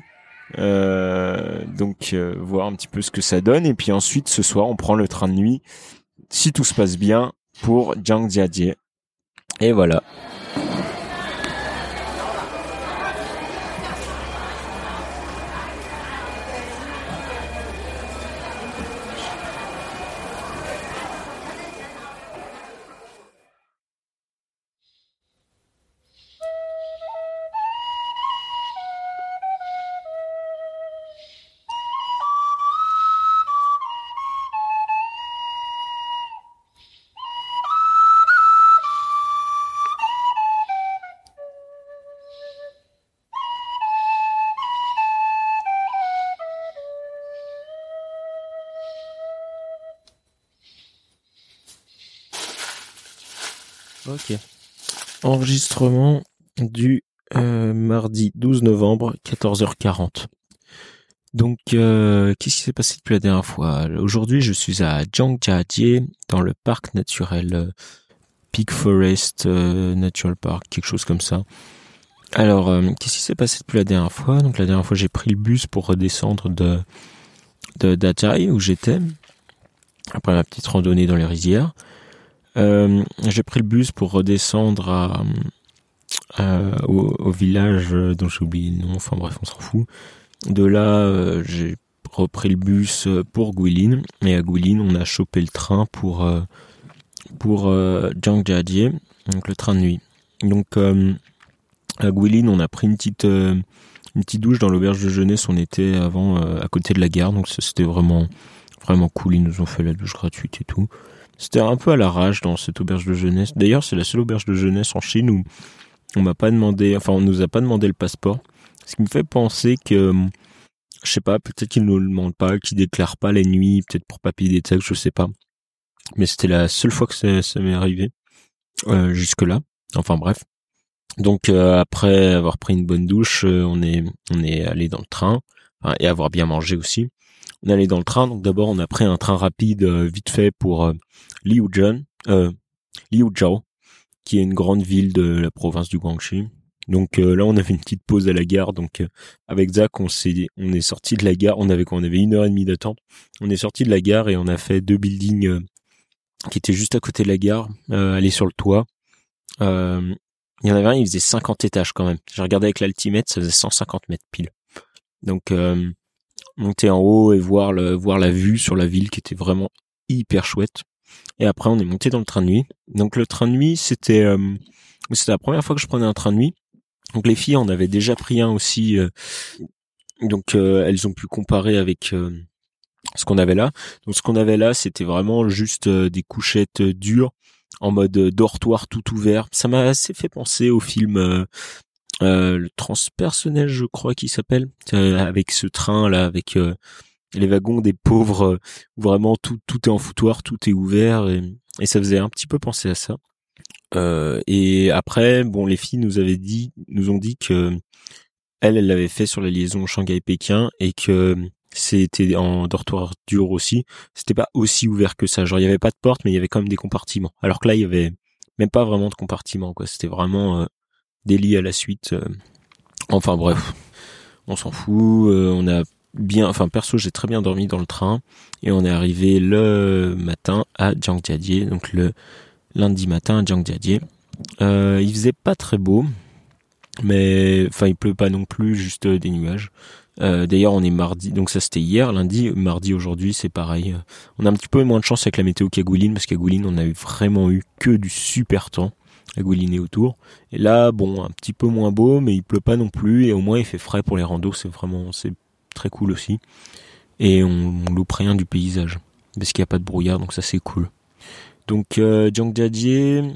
Euh, donc euh, voir un petit peu ce que ça donne et puis ensuite ce soir on prend le train de nuit si tout se passe bien pour Zhangjiajie et voilà. Ok. Enregistrement du euh, mardi douze novembre, quatorze heures quarante. Donc, euh, qu'est-ce qui s'est passé depuis la dernière fois? Aujourd'hui, je suis à Zhangjiajie, dans le parc naturel euh, Peak Forest euh, Natural Park, quelque chose comme ça. Alors, euh, qu'est-ce qui s'est passé depuis la dernière fois? Donc, la dernière fois, j'ai pris le bus pour redescendre de de Datsai, où j'étais, après ma petite randonnée dans les rizières. Euh, j'ai pris le bus pour redescendre à, à au, au village dont j'ai oublié le nom, enfin bref on s'en fout. De là euh, j'ai repris le bus pour Guilin et à Guilin on a chopé le train pour euh, pour euh, Zhangjiajie, donc le train de nuit. Donc euh, à Guilin on a pris une petite euh, une petite douche dans l'auberge de jeunesse. On était avant euh, à côté de la gare, donc ça, c'était vraiment vraiment cool. Ils nous ont fait la douche gratuite et tout. C'était un peu à l'arrache dans cette auberge de jeunesse. D'ailleurs, c'est la seule auberge de jeunesse en Chine où on m'a pas demandé, enfin on nous a pas demandé le passeport. Ce qui me fait penser que, je sais pas, peut-être qu'ils nous le demandent pas, qu'ils déclarent pas les nuits, peut-être pour pas payer des taxes, je sais pas. Mais c'était la seule fois que ça, ça m'est arrivé euh, jusque là. Enfin bref. Donc euh, après avoir pris une bonne douche, euh, on est on est allé dans le train enfin, et avoir bien mangé aussi. On est allé dans le train. Donc d'abord on a pris un train rapide euh, vite fait pour euh, Liuzhou, euh, Liuzhou, qui est une grande ville de la province du Guangxi. Donc euh, là on avait une petite pause à la gare. Donc euh, avec Zach on s'est on est sorti de la gare. On avait quoi On avait une heure et demie d'attente. On est sorti de la gare et on a fait deux buildings euh, qui étaient juste à côté de la gare. Euh, aller sur le toit. Euh, Il y en avait un, il faisait cinquante étages quand même. J'ai regardé avec l'altimètre, ça faisait cent cinquante mètres pile. Donc, euh, monter en haut et voir le, voir la vue sur la ville qui était vraiment hyper chouette. Et après, on est monté dans le train de nuit. Donc, le train de nuit, c'était, euh, c'était la première fois que je prenais un train de nuit. Donc, les filles en avaient déjà pris un aussi. Euh, donc, euh, elles ont pu comparer avec euh, ce qu'on avait là. Donc, ce qu'on avait là, c'était vraiment juste euh, des couchettes euh, dures. En mode dortoir tout ouvert. Ça m'a assez fait penser au film euh, euh, le transpersonnel, je crois qu'il s'appelle, euh, avec ce train là, avec euh, les wagons des pauvres, euh, où vraiment tout tout est en foutoir, tout est ouvert, et, et ça faisait un petit peu penser à ça. Euh, et après, bon, les filles nous avaient dit, nous ont dit que elle, elle l'avait fait sur la liaison Shanghai-Pékin et que c'était en dortoir dur aussi. C'était pas aussi ouvert que ça. Genre, il y avait pas de porte, mais il y avait quand même des compartiments. Alors que là, il y avait même pas vraiment de compartiments, quoi. C'était vraiment euh, des lits à la suite. Euh. Enfin, bref. On s'en fout. Euh, on a bien, enfin, perso, j'ai très bien dormi dans le train. Et on est arrivé le matin à Jiangjiajie. Donc, le lundi matin à Jiangjiajie. Euh, il faisait pas très beau. Mais, enfin, il pleut pas non plus, juste des nuages. Euh, d'ailleurs, on est mardi, donc ça c'était hier, lundi, mardi aujourd'hui, c'est pareil. On a un petit peu moins de chance avec la météo qu'à Guilin, parce qu'à Guilin, on a eu vraiment eu que du super temps à Guilin et autour. Et là, bon, un petit peu moins beau, mais il pleut pas non plus, et au moins il fait frais pour les randos, c'est vraiment, c'est très cool aussi. Et on, on loupe rien du paysage, parce qu'il n'y a pas de brouillard, donc ça c'est cool. Donc, euh, Jiangjiajie,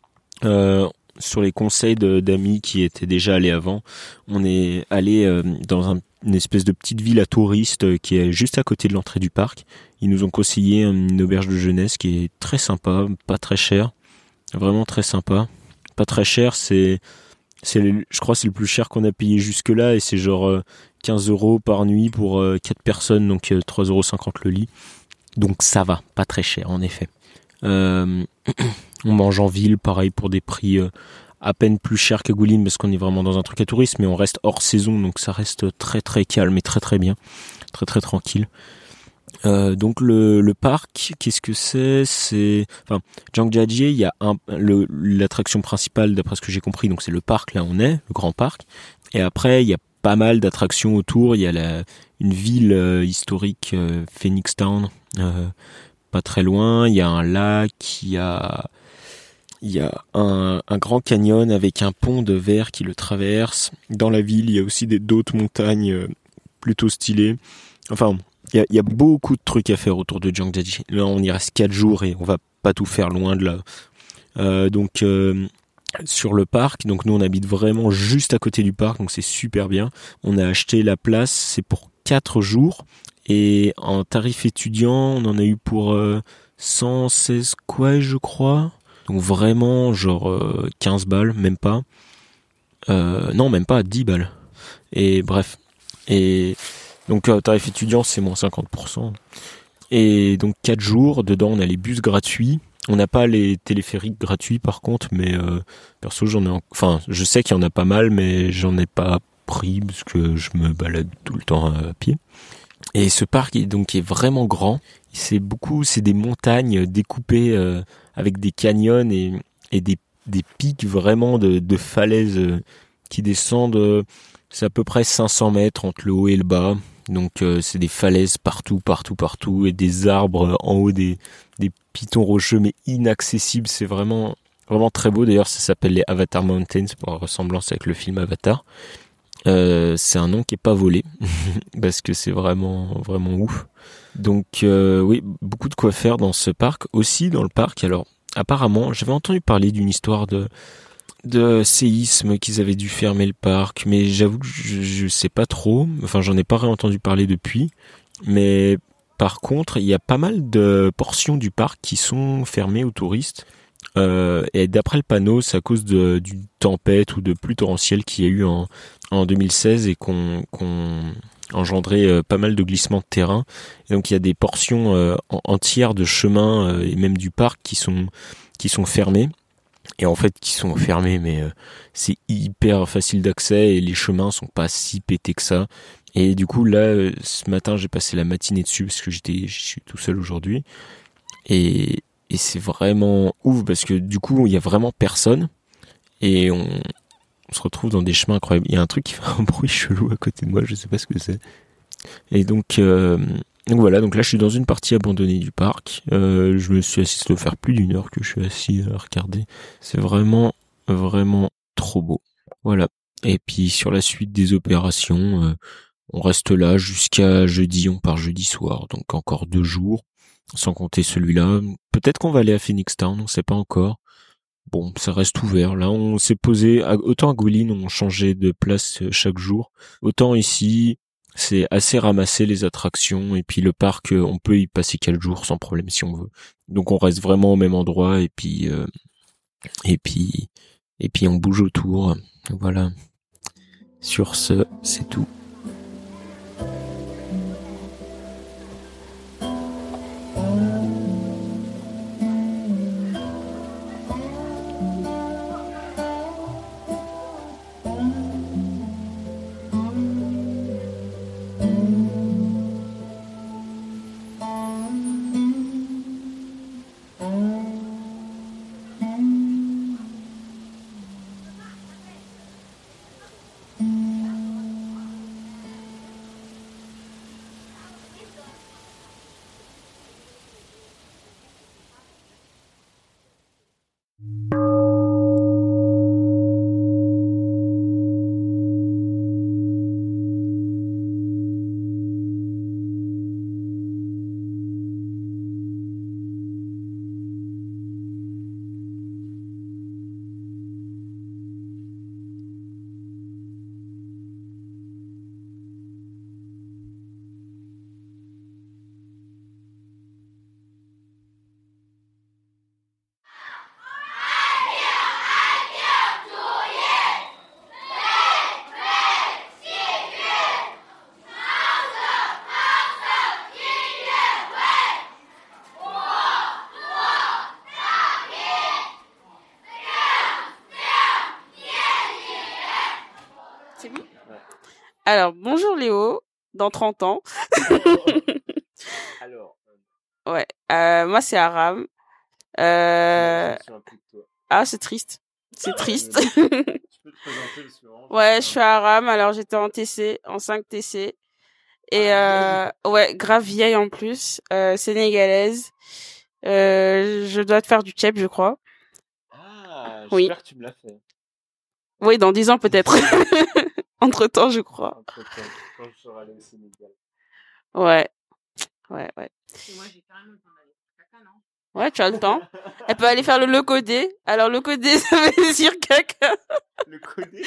euh, sur les conseils de, d'amis qui étaient déjà allés avant, on est allé euh, dans un, une espèce de petite ville à touristes euh, qui est juste à côté de l'entrée du parc. Ils nous ont conseillé une auberge de jeunesse qui est très sympa, pas très cher, vraiment très sympa, pas très cher. C'est, c'est, le, je crois, que c'est le plus cher qu'on a payé jusque là et c'est genre euh, quinze euros par nuit pour euh, quatre personnes, donc euh, trois euros cinquante le lit. Donc ça va, pas très cher en effet. Euh, on mange en ville, pareil pour des prix euh, à peine plus chers qu'à Guilin parce qu'on est vraiment dans un truc à tourisme, mais on reste hors saison, donc ça reste très très calme et très très bien, très très tranquille. Euh, donc le, le parc, qu'est-ce que c'est C'est, enfin, Jiangjiajie, il y a un, le, l'attraction principale d'après ce que j'ai compris, donc c'est le parc là où on est, le grand parc, et après il y a pas mal d'attractions autour. Il y a la, une ville euh, historique, euh, Phoenix Town. Euh, pas très loin, il y a un lac, il y a il y a un, un grand canyon avec un pont de verre qui le traverse. Dans la ville, il y a aussi des, d'autres montagnes plutôt stylées. Enfin, il y a, il y a beaucoup de trucs à faire autour de Jiangjiajie. Là, on y reste quatre jours et on va pas tout faire loin de là. Euh, donc, euh, sur le parc, donc nous on habite vraiment juste à côté du parc, donc c'est super bien. On a acheté la place, c'est pour quatre jours. Et en tarif étudiant, on en a eu pour euh, cent seize kuai, je crois. Donc vraiment, genre euh, quinze balles, même pas. Euh, non, même pas, dix balles. Et bref. Et donc, euh, tarif étudiant, c'est moins cinquante pour cent. Et donc, quatre jours. Dedans, on a les bus gratuits. On n'a pas les téléphériques gratuits, par contre. Mais euh, perso, j'en ai... En... Enfin, je sais qu'il y en a pas mal, mais j'en ai pas pris parce que je me balade tout le temps à pied. Et ce parc est donc est vraiment grand. C'est beaucoup, c'est des montagnes découpées euh, avec des canyons et, et des, des pics vraiment de, de falaises euh, qui descendent. Euh, c'est à peu près cinq cents mètres entre le haut et le bas. Donc euh, c'est des falaises partout, partout, partout et des arbres en haut, des, des pitons rocheux mais inaccessibles. C'est vraiment, vraiment très beau. D'ailleurs, ça s'appelle les Avatar Mountains pour ressemblance avec le film Avatar. Euh, c'est un nom qui est pas volé parce que c'est vraiment vraiment ouf. Donc euh, oui, beaucoup de quoi faire dans ce parc. Aussi dans le parc, alors apparemment, j'avais entendu parler d'une histoire de de séisme qu'ils avaient dû fermer le parc, mais j'avoue que je, je sais pas trop. Enfin, j'en ai pas réentendu parler depuis. Mais par contre, il y a pas mal de portions du parc qui sont fermées aux touristes. Euh, et d'après le panneau, c'est à cause de, d'une tempête ou de pluie torrentielle qu'il y a eu en, en deux mille seize et qu'on, qu'on engendré euh, pas mal de glissements de terrain. Et donc il y a des portions euh, en, entières de chemin euh, et même du parc qui sont qui sont fermées. Et en fait, qui sont fermées, mais euh, c'est hyper facile d'accès et les chemins sont pas si pétés que ça. Et du coup là, euh, ce matin, j'ai passé la matinée dessus parce que j'étais, je suis tout seul aujourd'hui. Et Et c'est vraiment ouf parce que du coup, il y a vraiment personne et on, on se retrouve dans des chemins incroyables. Il y a un truc qui fait un bruit chelou à côté de moi, je sais pas ce que c'est. Et donc, euh, donc voilà, donc là je suis dans une partie abandonnée du parc. Euh, je me suis assis, ça doit faire plus d'une heure que je suis assis à regarder. C'est vraiment, vraiment trop beau. Voilà. Et puis sur la suite des opérations, euh, on reste là jusqu'à jeudi, on part jeudi soir, donc encore deux jours. Sans compter celui-là. Peut-être qu'on va aller à Phoenix Town, on sait pas encore. Bon, ça reste ouvert. Là, on s'est posé, autant à Guilin, on changeait de place chaque jour. Autant ici, c'est assez ramassé les attractions. Et puis le parc, on peut y passer quatre jours sans problème si on veut. Donc on reste vraiment au même endroit et puis, euh, et puis, et puis on bouge autour. Voilà. Sur ce, c'est tout. C'est bon ? Alors, bonjour Léo, dans trente ans. Alors, Ouais, euh, moi c'est Aram. Euh... Ah, c'est triste. C'est triste. tu peux te présenter le suivant. Ouais, je suis Aram, alors j'étais en T C, en cinq T C. Et euh, ouais, grave vieille en plus, euh, sénégalaise. Euh, je dois te faire du tchèp, je crois. Ah, j'espère Oui. que tu me l'as fait. Oui, dans dix ans peut-être. Entre-temps, je crois. Entre-temps, quand je serai allé au Sénégal. Ouais. Ouais, ouais. Moi, j'ai carrément le temps d'aller faire caca, non? Ouais, tu as le temps. Elle peut aller faire le locodé. Alors, locodé, ça veut dire caca. Le codé.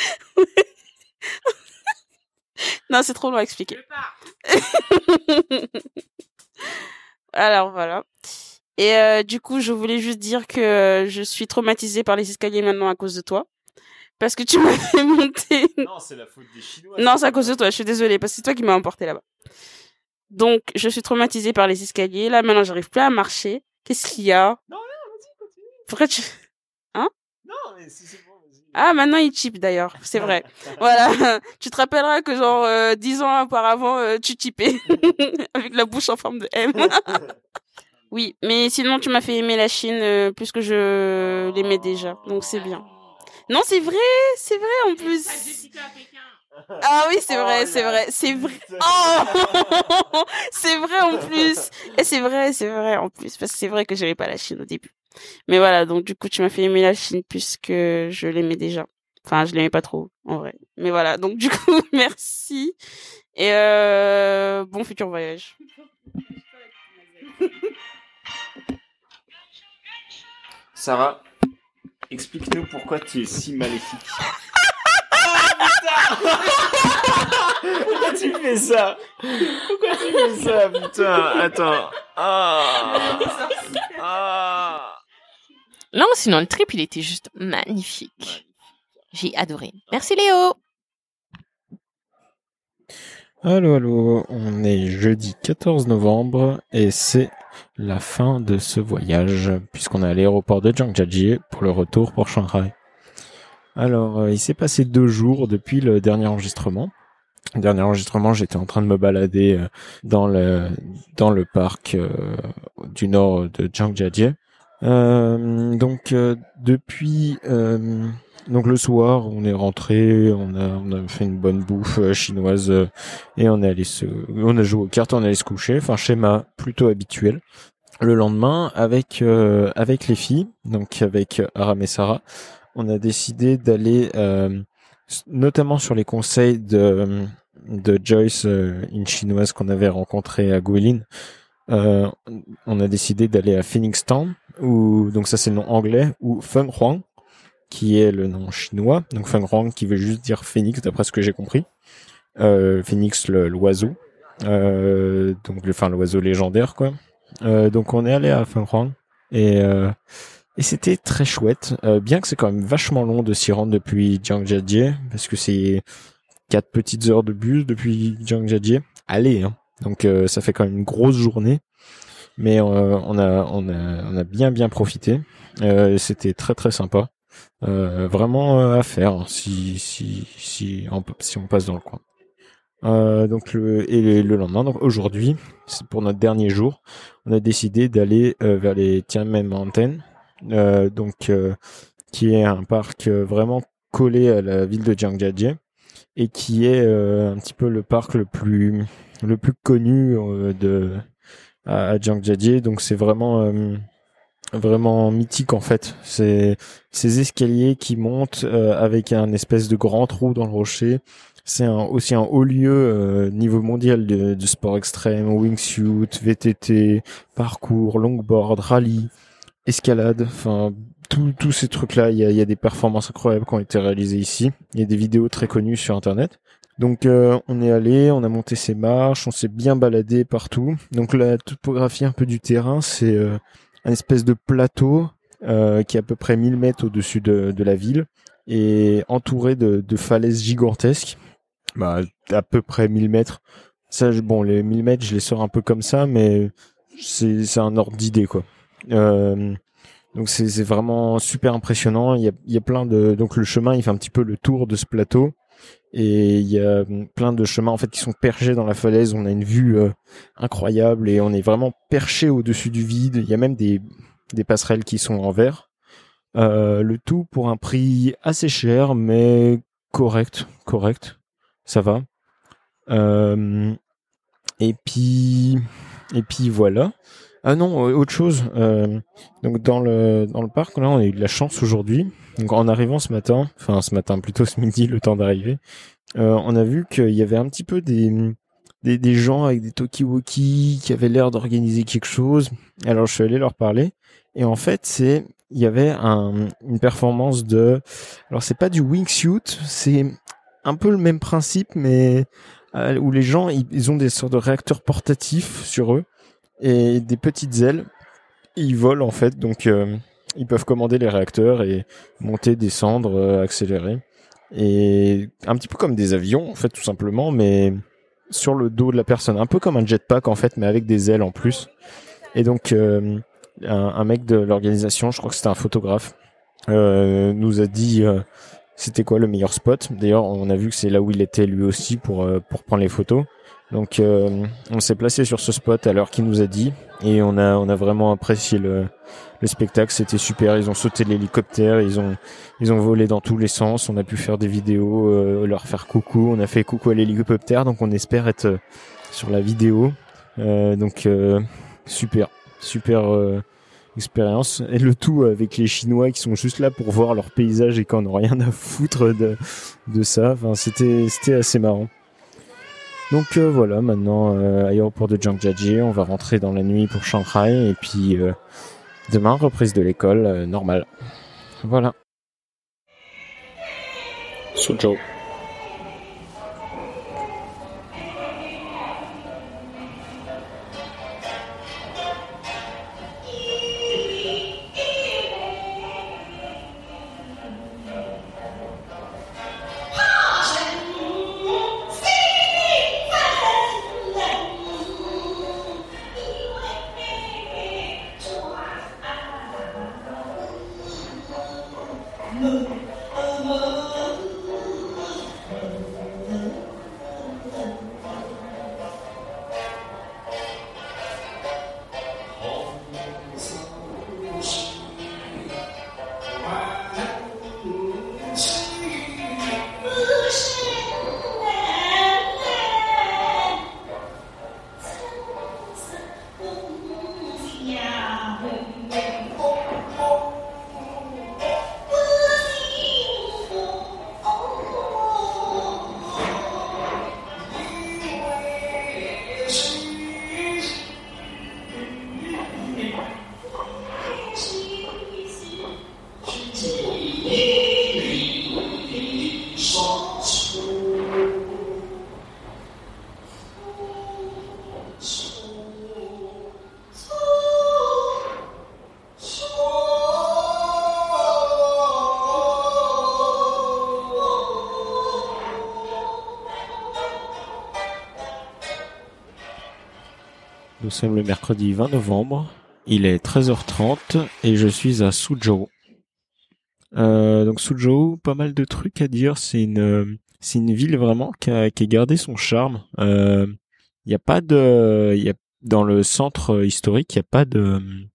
Non, c'est trop long à expliquer. Je pars. Alors, voilà. Et euh, du coup, je voulais juste dire que euh, je suis traumatisée par les escaliers maintenant à cause de toi. Parce que tu m'as fait monter. Non, c'est la faute des Chinois. Non, c'est à cause de toi, je suis désolée, parce que c'est toi qui m'as emporté là-bas. Donc, je suis traumatisée par les escaliers. Là, maintenant, j'arrive plus à marcher. Qu'est-ce qu'il y a? Non, non, vas-y, continue. Pourquoi tu... Non, mais si c'est bon, vas-y. Ah, maintenant, il chip d'ailleurs, c'est vrai. Voilà, tu te rappelleras que genre euh, dix ans auparavant, euh, tu chipais avec la bouche en forme de M. Oui, mais sinon, tu m'as fait aimer la Chine euh, plus que je l'aimais déjà, donc c'est bien. Non, c'est vrai, c'est vrai en plus. Ah, Jessica à Pékin. Ah oui, c'est Oh vrai, là, c'est vrai, c'est vrai. putain. Oh, c'est vrai en plus. Et c'est vrai, c'est vrai en plus, parce que c'est vrai que j'aimais pas la Chine au début. Mais voilà, donc du coup, tu m'as fait aimer la Chine plus que je l'aimais déjà. Enfin, je l'aimais pas trop, en vrai. Mais voilà, donc du coup, merci. Et euh, bon futur voyage. Sarah, explique-nous pourquoi tu es si maléfique. Pourquoi tu fais ça? Pourquoi tu fais ça, putain? Attends. Ah. Ah. Non, sinon le trip, il était juste magnifique. J'ai adoré. Merci Léo. Allô, allô, on est jeudi quatorze novembre et c'est la fin de ce voyage puisqu'on est à l'aéroport de Zhangjiajie pour le retour pour Shanghai. Alors, euh, il s'est passé deux jours depuis le dernier enregistrement. Le dernier enregistrement, j'étais en train de me balader euh, dans le dans le parc euh, du nord de Zhangjiajie. Euh, donc euh, depuis euh, donc le soir, on est rentré, on a on a fait une bonne bouffe euh, chinoise euh, et on est allé se on a joué aux cartes, on est allé se coucher, enfin schéma plutôt habituel. Le lendemain, avec euh, avec les filles, donc avec Aram et Sarah, on a décidé d'aller euh, notamment sur les conseils de de Joyce, euh, une chinoise qu'on avait rencontrée à Guilin. Euh, on a décidé d'aller à Phoenix Town, ou donc ça c'est le nom anglais, ou Feng Huang, qui est le nom chinois. Donc Feng Huang qui veut juste dire phénix, d'après ce que j'ai compris. Euh, phénix, le, l'oiseau, euh, donc enfin l'oiseau légendaire quoi. Euh, donc on est allé à Feng Huang et euh, et c'était très chouette. Euh, bien que c'est quand même vachement long de s'y rendre depuis Zhangjiajie, parce que c'est quatre petites heures de bus depuis Zhangjiajie. Allez, hein. Donc euh, ça fait quand même une grosse journée, mais euh, on a on a on a bien bien profité. Euh, c'était très très sympa, euh, vraiment euh, à faire hein, si si si on, si on passe dans le coin. Euh, donc le et le, le lendemain, donc aujourd'hui, c'est pour notre dernier jour, on a décidé d'aller euh, vers les Tianmen Mountains, euh, donc euh, qui est un parc euh, vraiment collé à la ville de Zhangjiajie et qui est euh, un petit peu le parc le plus le plus connu euh, de à, à Zhangjiajie. Donc c'est vraiment euh, vraiment mythique en fait. C'est ces escaliers qui montent euh, avec un espèce de grand trou dans le rocher. C'est un, aussi un haut lieu euh, niveau mondial de, de sport extrême, wingsuit, V T T, parcours, longboard, rallye, escalade, enfin tous tous ces trucs-là. Il y a, il y a des performances incroyables qui ont été réalisées ici. Il y a des vidéos très connues sur Internet. Donc euh, on est allé, on a monté ces marches, on s'est bien baladé partout. Donc la topographie un peu du terrain, c'est euh, un espèce de plateau euh, qui est à peu près mille mètres au-dessus de, de la ville et entouré de, de falaises gigantesques. Bah, à peu près mille mètres. Ça, bon, les mille mètres, je les sors un peu comme ça, mais c'est, c'est un ordre d'idée, quoi. Euh, donc c'est, c'est vraiment super impressionnant. Il y a, il y a plein de, donc le chemin, il fait un petit peu le tour de ce plateau. Et il y a plein de chemins, en fait, qui sont perchés dans la falaise. On a une vue euh, incroyable et on est vraiment perché au-dessus du vide. Il y a même des, des passerelles qui sont en verre. Euh, le tout pour un prix assez cher, mais correct, correct. Ça va. Euh, et puis, et puis voilà. Ah non, autre chose. Euh, donc dans le dans le parc, là, on a eu de la chance aujourd'hui. Donc en arrivant ce matin, enfin ce matin plutôt ce midi, le temps d'arriver, euh, on a vu qu'il y avait un petit peu des des, des gens avec des talkie-walkie qui avaient l'air d'organiser quelque chose. Alors je suis allé leur parler. Et en fait, c'est il y avait un, une performance de. Alors c'est pas du wingsuit, c'est un peu le même principe, mais euh, où les gens ils, ils ont des sortes de réacteurs portatifs sur eux et des petites ailes. Ils volent en fait, donc euh, ils peuvent commander les réacteurs et monter, descendre, euh, accélérer. Et un petit peu comme des avions en fait, tout simplement, mais sur le dos de la personne, un peu comme un jetpack en fait, mais avec des ailes en plus. Et donc euh, un, un mec de l'organisation, je crois que c'était un photographe, euh, nous a dit euh, c'était quoi le meilleur spot. D'ailleurs, on a vu que c'est là où il était lui aussi pour euh, pour prendre les photos. Donc, euh, on s'est placé sur ce spot à l'heure qu'il nous a dit et on a on a vraiment apprécié le le spectacle. C'était super. Ils ont sauté de l'hélicoptère, ils ont ils ont volé dans tous les sens. On a pu faire des vidéos, euh, leur faire coucou. On a fait coucou à l'hélicoptère, donc on espère être euh, sur la vidéo. Euh, donc euh, super, super. Euh, expérience. Et le tout avec les Chinois qui sont juste là pour voir leur paysage et qui en ont rien à foutre de, de ça. Enfin, c'était, c'était assez marrant. Donc euh, voilà, maintenant euh, aéroport de Zhangjiajie, on va rentrer dans la nuit pour Shanghai et puis euh, demain reprise de l'école euh, normale. Voilà. Suzhou. Nous sommes le mercredi vingt novembre, il est treize heures trente et je suis à Suzhou. Euh, donc Suzhou, pas mal de trucs à dire, c'est une c'est une ville vraiment qui a, qui a gardé son charme. Il euh, y a pas de il y a dans le centre historique, il y a pas de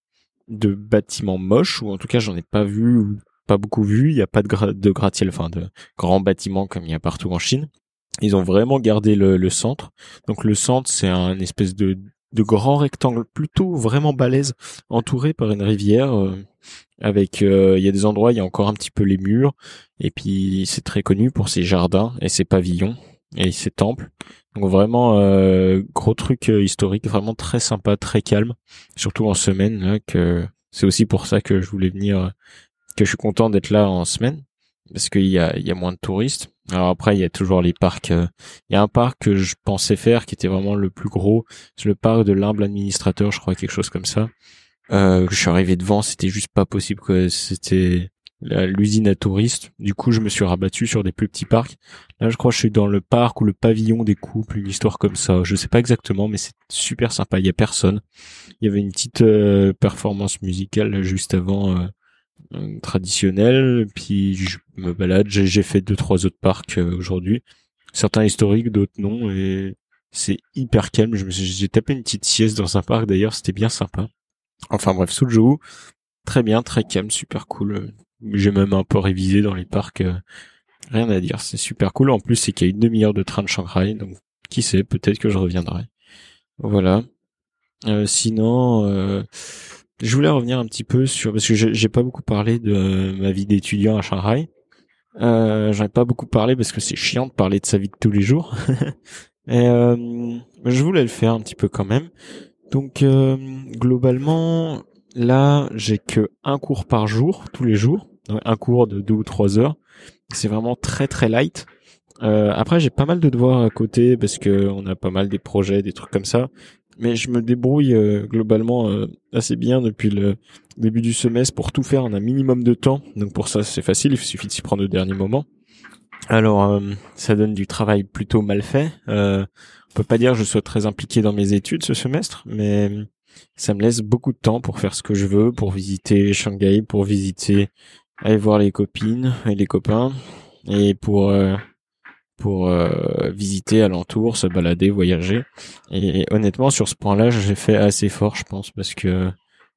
de bâtiments moches, ou en tout cas j'en ai pas vu ou pas beaucoup vu, il y a pas de gra- de gratte-ciel, enfin de grands bâtiments comme il y a partout en Chine. Ils ont vraiment gardé le, le centre. Donc le centre, c'est un espèce de de grands rectangles plutôt vraiment balèzes, entourés par une rivière, euh, avec euh, il y a des endroits il y a encore un petit peu les murs, et puis c'est très connu pour ses jardins et ses pavillons et ses temples. Donc vraiment euh, gros truc euh, historique, vraiment très sympa, très calme, surtout en semaine là, que c'est aussi pour ça que je voulais venir, que je suis content d'être là en semaine, parce qu'il y a il y a moins de touristes. Alors après il y a toujours les parcs, euh, il y a un parc que je pensais faire qui était vraiment le plus gros, c'est le parc de l'humble administrateur, je crois, quelque chose comme ça. Euh, je suis arrivé devant, c'était juste pas possible, quoi. C'était la, l'usine à touristes. Du coup, je me suis rabattu sur des plus petits parcs. Là, je crois que je suis dans le parc ou le pavillon des couples, une histoire comme ça. Je sais pas exactement, mais c'est super sympa. Il y a personne. Il y avait une petite euh, performance musicale là, juste avant, euh, euh, traditionnelle. Puis je me balade. J'ai, j'ai fait deux, trois autres parcs euh, aujourd'hui. Certains historiques, d'autres non. Et c'est hyper calme. Je me suis, j'ai tapé une petite sieste dans un parc d'ailleurs. C'était bien sympa. Enfin bref, Suzhou, très bien, très calme, super cool. J'ai même un peu révisé dans les parcs, euh, rien à dire, c'est super cool. En plus, c'est qu'il y a une demi-heure de train de Shanghai, donc qui sait, peut-être que je reviendrai. Voilà. Euh, sinon, euh, je voulais revenir un petit peu sur, parce que j'ai, j'ai pas beaucoup parlé de ma vie d'étudiant à Shanghai. Euh, j'en ai pas beaucoup parlé parce que c'est chiant de parler de sa vie de tous les jours. Et euh, je voulais le faire un petit peu quand même. Donc euh, globalement, là, j'ai que un cours par jour, tous les jours, donc un cours de deux ou trois heures. C'est vraiment très très light. Euh, après, j'ai pas mal de devoirs à côté parce que on a pas mal des projets, des trucs comme ça. Mais je me débrouille euh, globalement euh, assez bien depuis le début du semestre pour tout faire en un minimum de temps. Donc pour ça, c'est facile, il suffit de s'y prendre au dernier moment. Alors, euh, ça donne du travail plutôt mal fait. Euh, on peut pas dire que je sois très impliqué dans mes études ce semestre, mais ça me laisse beaucoup de temps pour faire ce que je veux, pour visiter Shanghai, pour visiter, aller voir les copines et les copains, et pour euh, pour euh, visiter alentour, se balader, voyager. Et, et honnêtement, sur ce point-là, j'ai fait assez fort, je pense, parce que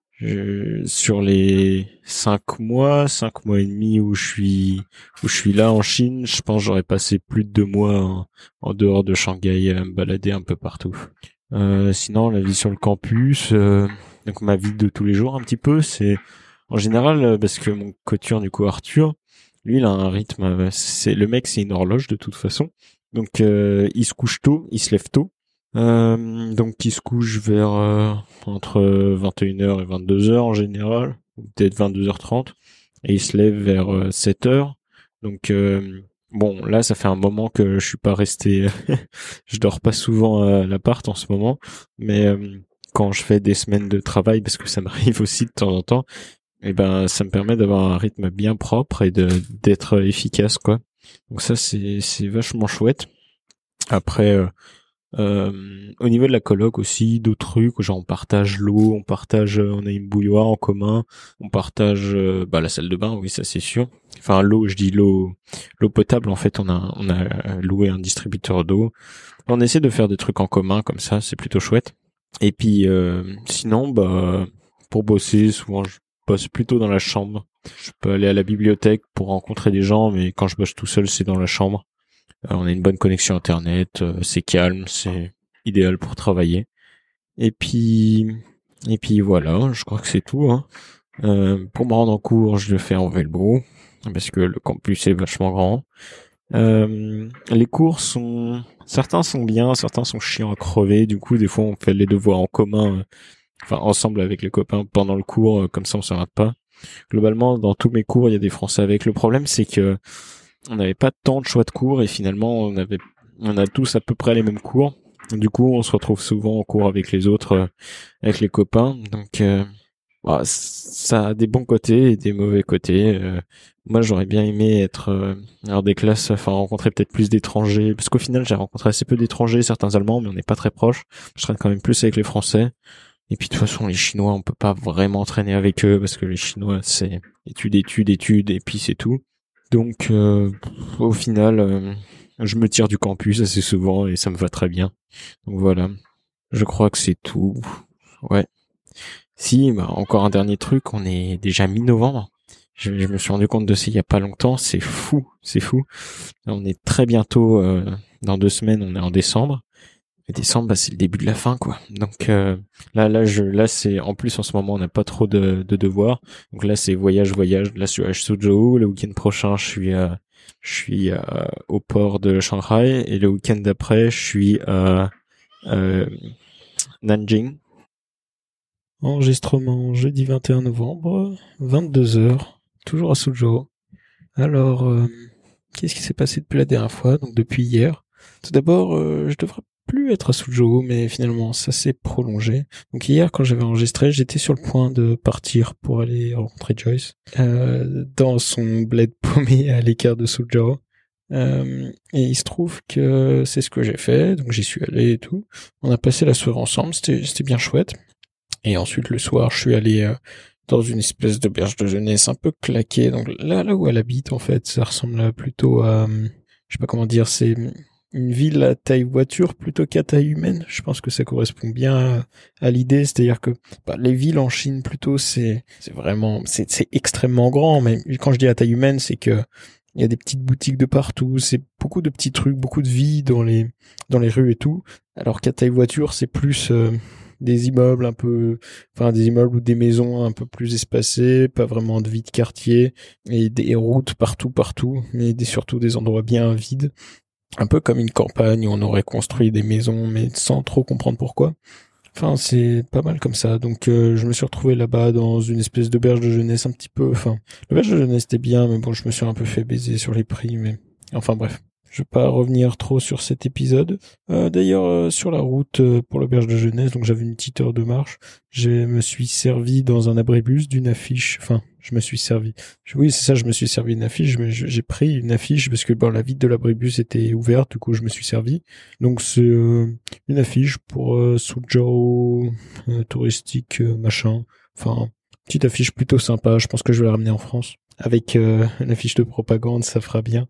Je, sur les cinq mois, cinq mois et demi où je suis où je suis là en Chine, je pense que j'aurais passé plus de deux mois en, en dehors de Shanghai à me balader un peu partout. Euh, sinon, la vie sur le campus, euh, donc ma vie de tous les jours un petit peu. C'est en général euh, parce que mon coture du coup Arthur, lui il a un rythme. euh, C'est le mec, c'est une horloge de toute façon. Donc euh, il se couche tôt, il se lève tôt. Euh, donc il se couche vers euh, entre vingt et une heures et vingt-deux heures en général, ou peut-être vingt-deux heures trente, et il se lève vers euh, sept heures. Donc euh, bon, là ça fait un moment que je suis pas resté je dors pas souvent à l'appart en ce moment, mais euh, quand je fais des semaines de travail, parce que ça m'arrive aussi de temps en temps, et ben ça me permet d'avoir un rythme bien propre et de d'être efficace quoi. Donc ça c'est c'est vachement chouette. Après euh, Euh, au niveau de la coloc aussi, d'autres trucs, genre on partage l'eau, on partage, euh, on a une bouilloire en commun, on partage euh, bah, la salle de bain, oui ça c'est sûr. Enfin l'eau, je dis l'eau, l'eau potable en fait, on a on a loué un distributeur d'eau. On essaie de faire des trucs en commun comme ça, c'est plutôt chouette. Et puis euh, sinon bah pour bosser, souvent je bosse plutôt dans la chambre. Je peux aller à la bibliothèque pour rencontrer des gens, mais quand je bosse tout seul, c'est dans la chambre. Euh, on a une bonne connexion internet, euh, c'est calme, c'est idéal pour travailler. Et puis, et puis voilà, je crois que c'est tout. Hein. Euh, pour me rendre en cours, je le fais en Velbro parce que le campus est vachement grand. Euh, les cours sont, certains sont bien, certains sont chiants à crever. Du coup, des fois, on fait les devoirs en commun, euh, enfin ensemble avec les copains pendant le cours, euh, comme ça, on se rate pas. Globalement, dans tous mes cours, il y a des Français avec. Le problème, c'est que on n'avait pas tant de choix de cours et finalement on avait on a tous à peu près les mêmes cours. Du coup, on se retrouve souvent en cours avec les autres, euh, avec les copains. Donc euh, bah, ça a des bons côtés et des mauvais côtés. Euh, moi, j'aurais bien aimé être euh, dans des classes, enfin rencontrer peut-être plus d'étrangers, parce qu'au final, j'ai rencontré assez peu d'étrangers, certains Allemands, mais on n'est pas très proches. Je traîne quand même plus avec les Français. Et puis de toute façon, les Chinois, on peut pas vraiment traîner avec eux parce que les Chinois, c'est études, études, études, et puis c'est tout. Donc, euh, au final, euh, je me tire du campus assez souvent et ça me va très bien. Donc voilà, je crois que c'est tout. Ouais. Si, bah, encore un dernier truc, on est déjà mi-novembre. Je, je me suis rendu compte de ça il y a pas longtemps. C'est fou, c'est fou. On est très bientôt, euh, dans deux semaines, on est en décembre. Et décembre, bah, c'est le début de la fin, quoi. Donc euh, là, là, je, là, c'est en plus en ce moment, on n'a pas trop de, de devoirs. Donc là, c'est voyage, voyage. Là, je suis à Suzhou. Le week-end prochain, je suis à, je suis à, au port de Shanghai. Et le week-end d'après, je suis à euh, Nanjing. Enregistrement jeudi vingt et un novembre, vingt-deux heures, toujours à Suzhou. Alors, euh, qu'est-ce qui s'est passé depuis la dernière fois, donc depuis hier? Tout d'abord, euh, je devrais plus être à Suzhou, mais finalement ça s'est prolongé. Donc hier, quand j'avais enregistré, j'étais sur le point de partir pour aller rencontrer Joyce euh, dans son bled paumé à l'écart de Suzhou. Euh, et il se trouve que c'est ce que j'ai fait, donc j'y suis allé et tout. On a passé la soirée ensemble, c'était c'était bien chouette. Et ensuite le soir, je suis allé euh, dans une espèce d'auberge de jeunesse un peu claquée. Donc là, là où elle habite, en fait, ça ressemble plutôt à, euh, je sais pas comment dire, c'est une ville à taille voiture plutôt qu'à taille humaine. Je pense que ça correspond bien à, à l'idée, c'est-à-dire que bah, les villes en Chine plutôt c'est c'est vraiment c'est c'est extrêmement grand, mais quand je dis à taille humaine, c'est que il y a des petites boutiques de partout, c'est beaucoup de petits trucs, beaucoup de vie dans les dans les rues et tout, alors qu'à taille voiture, c'est plus euh, des immeubles un peu enfin des immeubles ou des maisons un peu plus espacées, pas vraiment de vie de quartier et des routes partout partout, mais des, surtout des endroits bien vides. Un peu comme une campagne où on aurait construit des maisons, mais sans trop comprendre pourquoi. Enfin, c'est pas mal comme ça. Donc, euh, je me suis retrouvé là-bas dans une espèce d'auberge de jeunesse un petit peu... Enfin, l'auberge de jeunesse était bien, mais bon, je me suis un peu fait baiser sur les prix, mais... Enfin, bref. Je vais pas revenir trop sur cet épisode. Euh, d'ailleurs, euh, sur la route euh, pour l'auberge de jeunesse, donc j'avais une petite heure de marche, je me suis servi dans un abribus d'une affiche... Enfin, je me suis servi... Oui, c'est ça, je me suis servi d'une affiche, mais j'ai pris une affiche parce que bon, la vitre de l'abribus était ouverte, du coup, je me suis servi. Donc, c'est euh, une affiche pour euh, Suzhou, euh, touristique, euh, machin. Enfin, petite affiche plutôt sympa, je pense que je vais la ramener en France. Avec euh, une affiche de propagande, ça fera bien.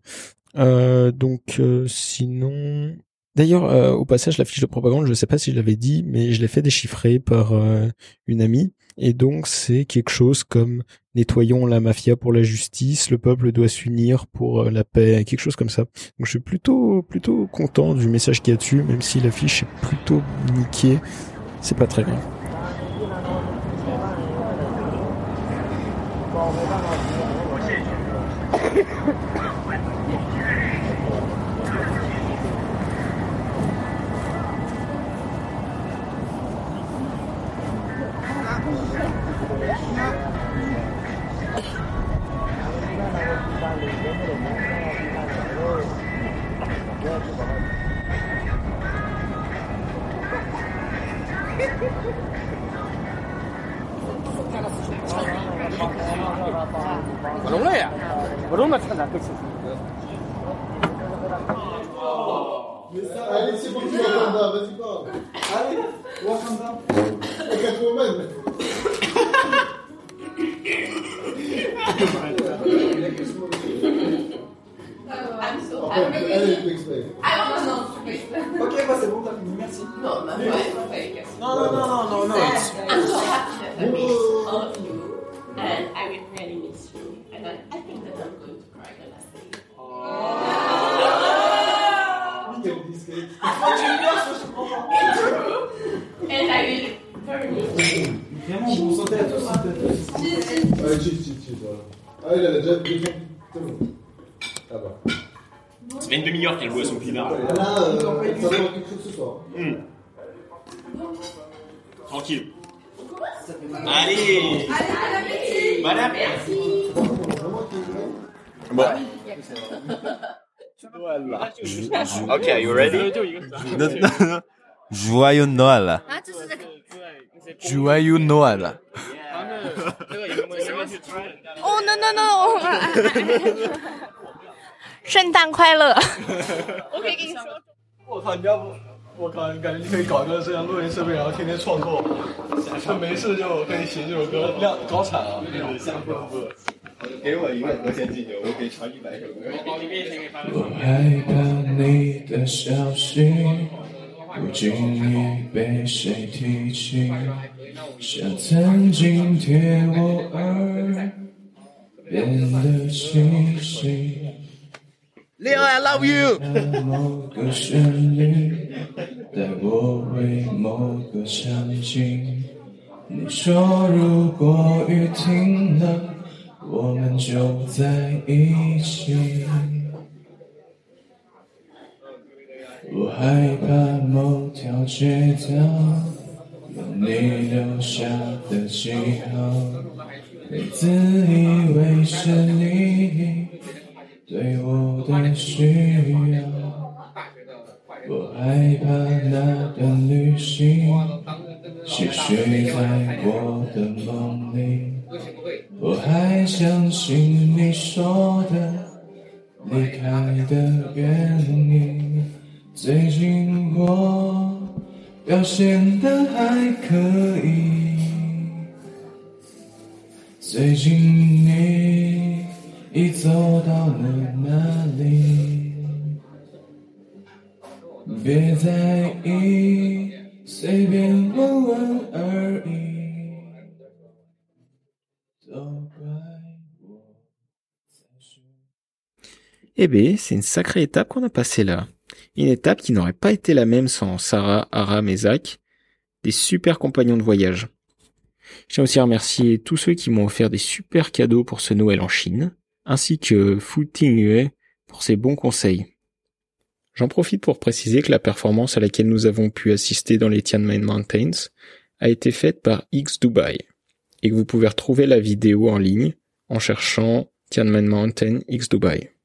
Euh, donc euh, sinon... D'ailleurs, euh, au passage, la fiche de propagande, je sais pas si je l'avais dit, mais je l'ai fait déchiffrer par euh, une amie. Et donc, c'est quelque chose comme « Nettoyons la mafia pour la justice, le peuple doit s'unir pour euh, la paix », quelque chose comme ça. Donc, je suis plutôt plutôt content du message qu'il y a dessus, même si l'affiche est plutôt niquée. C'est pas très grave. 聋了呀！我聋了，看哪个吃？ Allez, c'est bon, tu Wakanda, vas-y pas. Allez, Wakanda. Et Catwoman. Allez, tu expliques. Ah non, non, tu peux expliquer. Ok, bah c'est bon, t'as fini, merci. Non, non, ouais, non, non, non, non, non, non. I'm so happy that I missed all of you, and I will really miss you. And I, I think that I'm going to cry when I see you. And I will very miss you. Vraiment, vous sentez à tous, à tous. Allez, cheese, cheese, cheese, voilà. Ah, il a déjà deux fois. C'est bon. Ça va. Ça fait une demi-heure qu'elle boit son pinard. Là, euh, ça va quelque chose ce soir. Mmh. Tranquille. Allez. Allez, Madame. merci. Bon. Okay, you ready? No, no, no. Joyeux Noël. Joyeux Noël. Oh no no no！ 圣诞快乐！我可以跟你说。 我靠，你要不，我靠，你感觉你可以搞个这样录音设备，然后天天创作，就没事就可以写这首歌，量高产啊！ 给我一个和弦进去，我可以唱一百首歌。 我害怕你的消息不经意被谁提起，像曾经贴我耳边的气息。 Leo, I love you. 某个旋律带我回某个场景。你说如果雨停了，我们就在一起。我害怕某条街道有你留下的记号，你自以为是你对我的需要。我害怕那段旅行继续在我的梦里，我还相信你说的离开的原因。最近我表现得还可以，最近你已走到了哪里？别在意，随便问问而已。都怪我才是。 Eh ben, c'est une sacrée étape qu'on a passée là. Une étape qui n'aurait pas été la même sans Sarah, Aram et Zach, des super compagnons de voyage. Je tiens aussi à remercier tous ceux qui m'ont offert des super cadeaux pour ce Noël en Chine, ainsi que Fu Tingyue pour ses bons conseils. J'en profite pour préciser que la performance à laquelle nous avons pu assister dans les Tianmen Mountains a été faite par X Dubai, et que vous pouvez retrouver la vidéo en ligne en cherchant Tianmen Mountain X Dubai.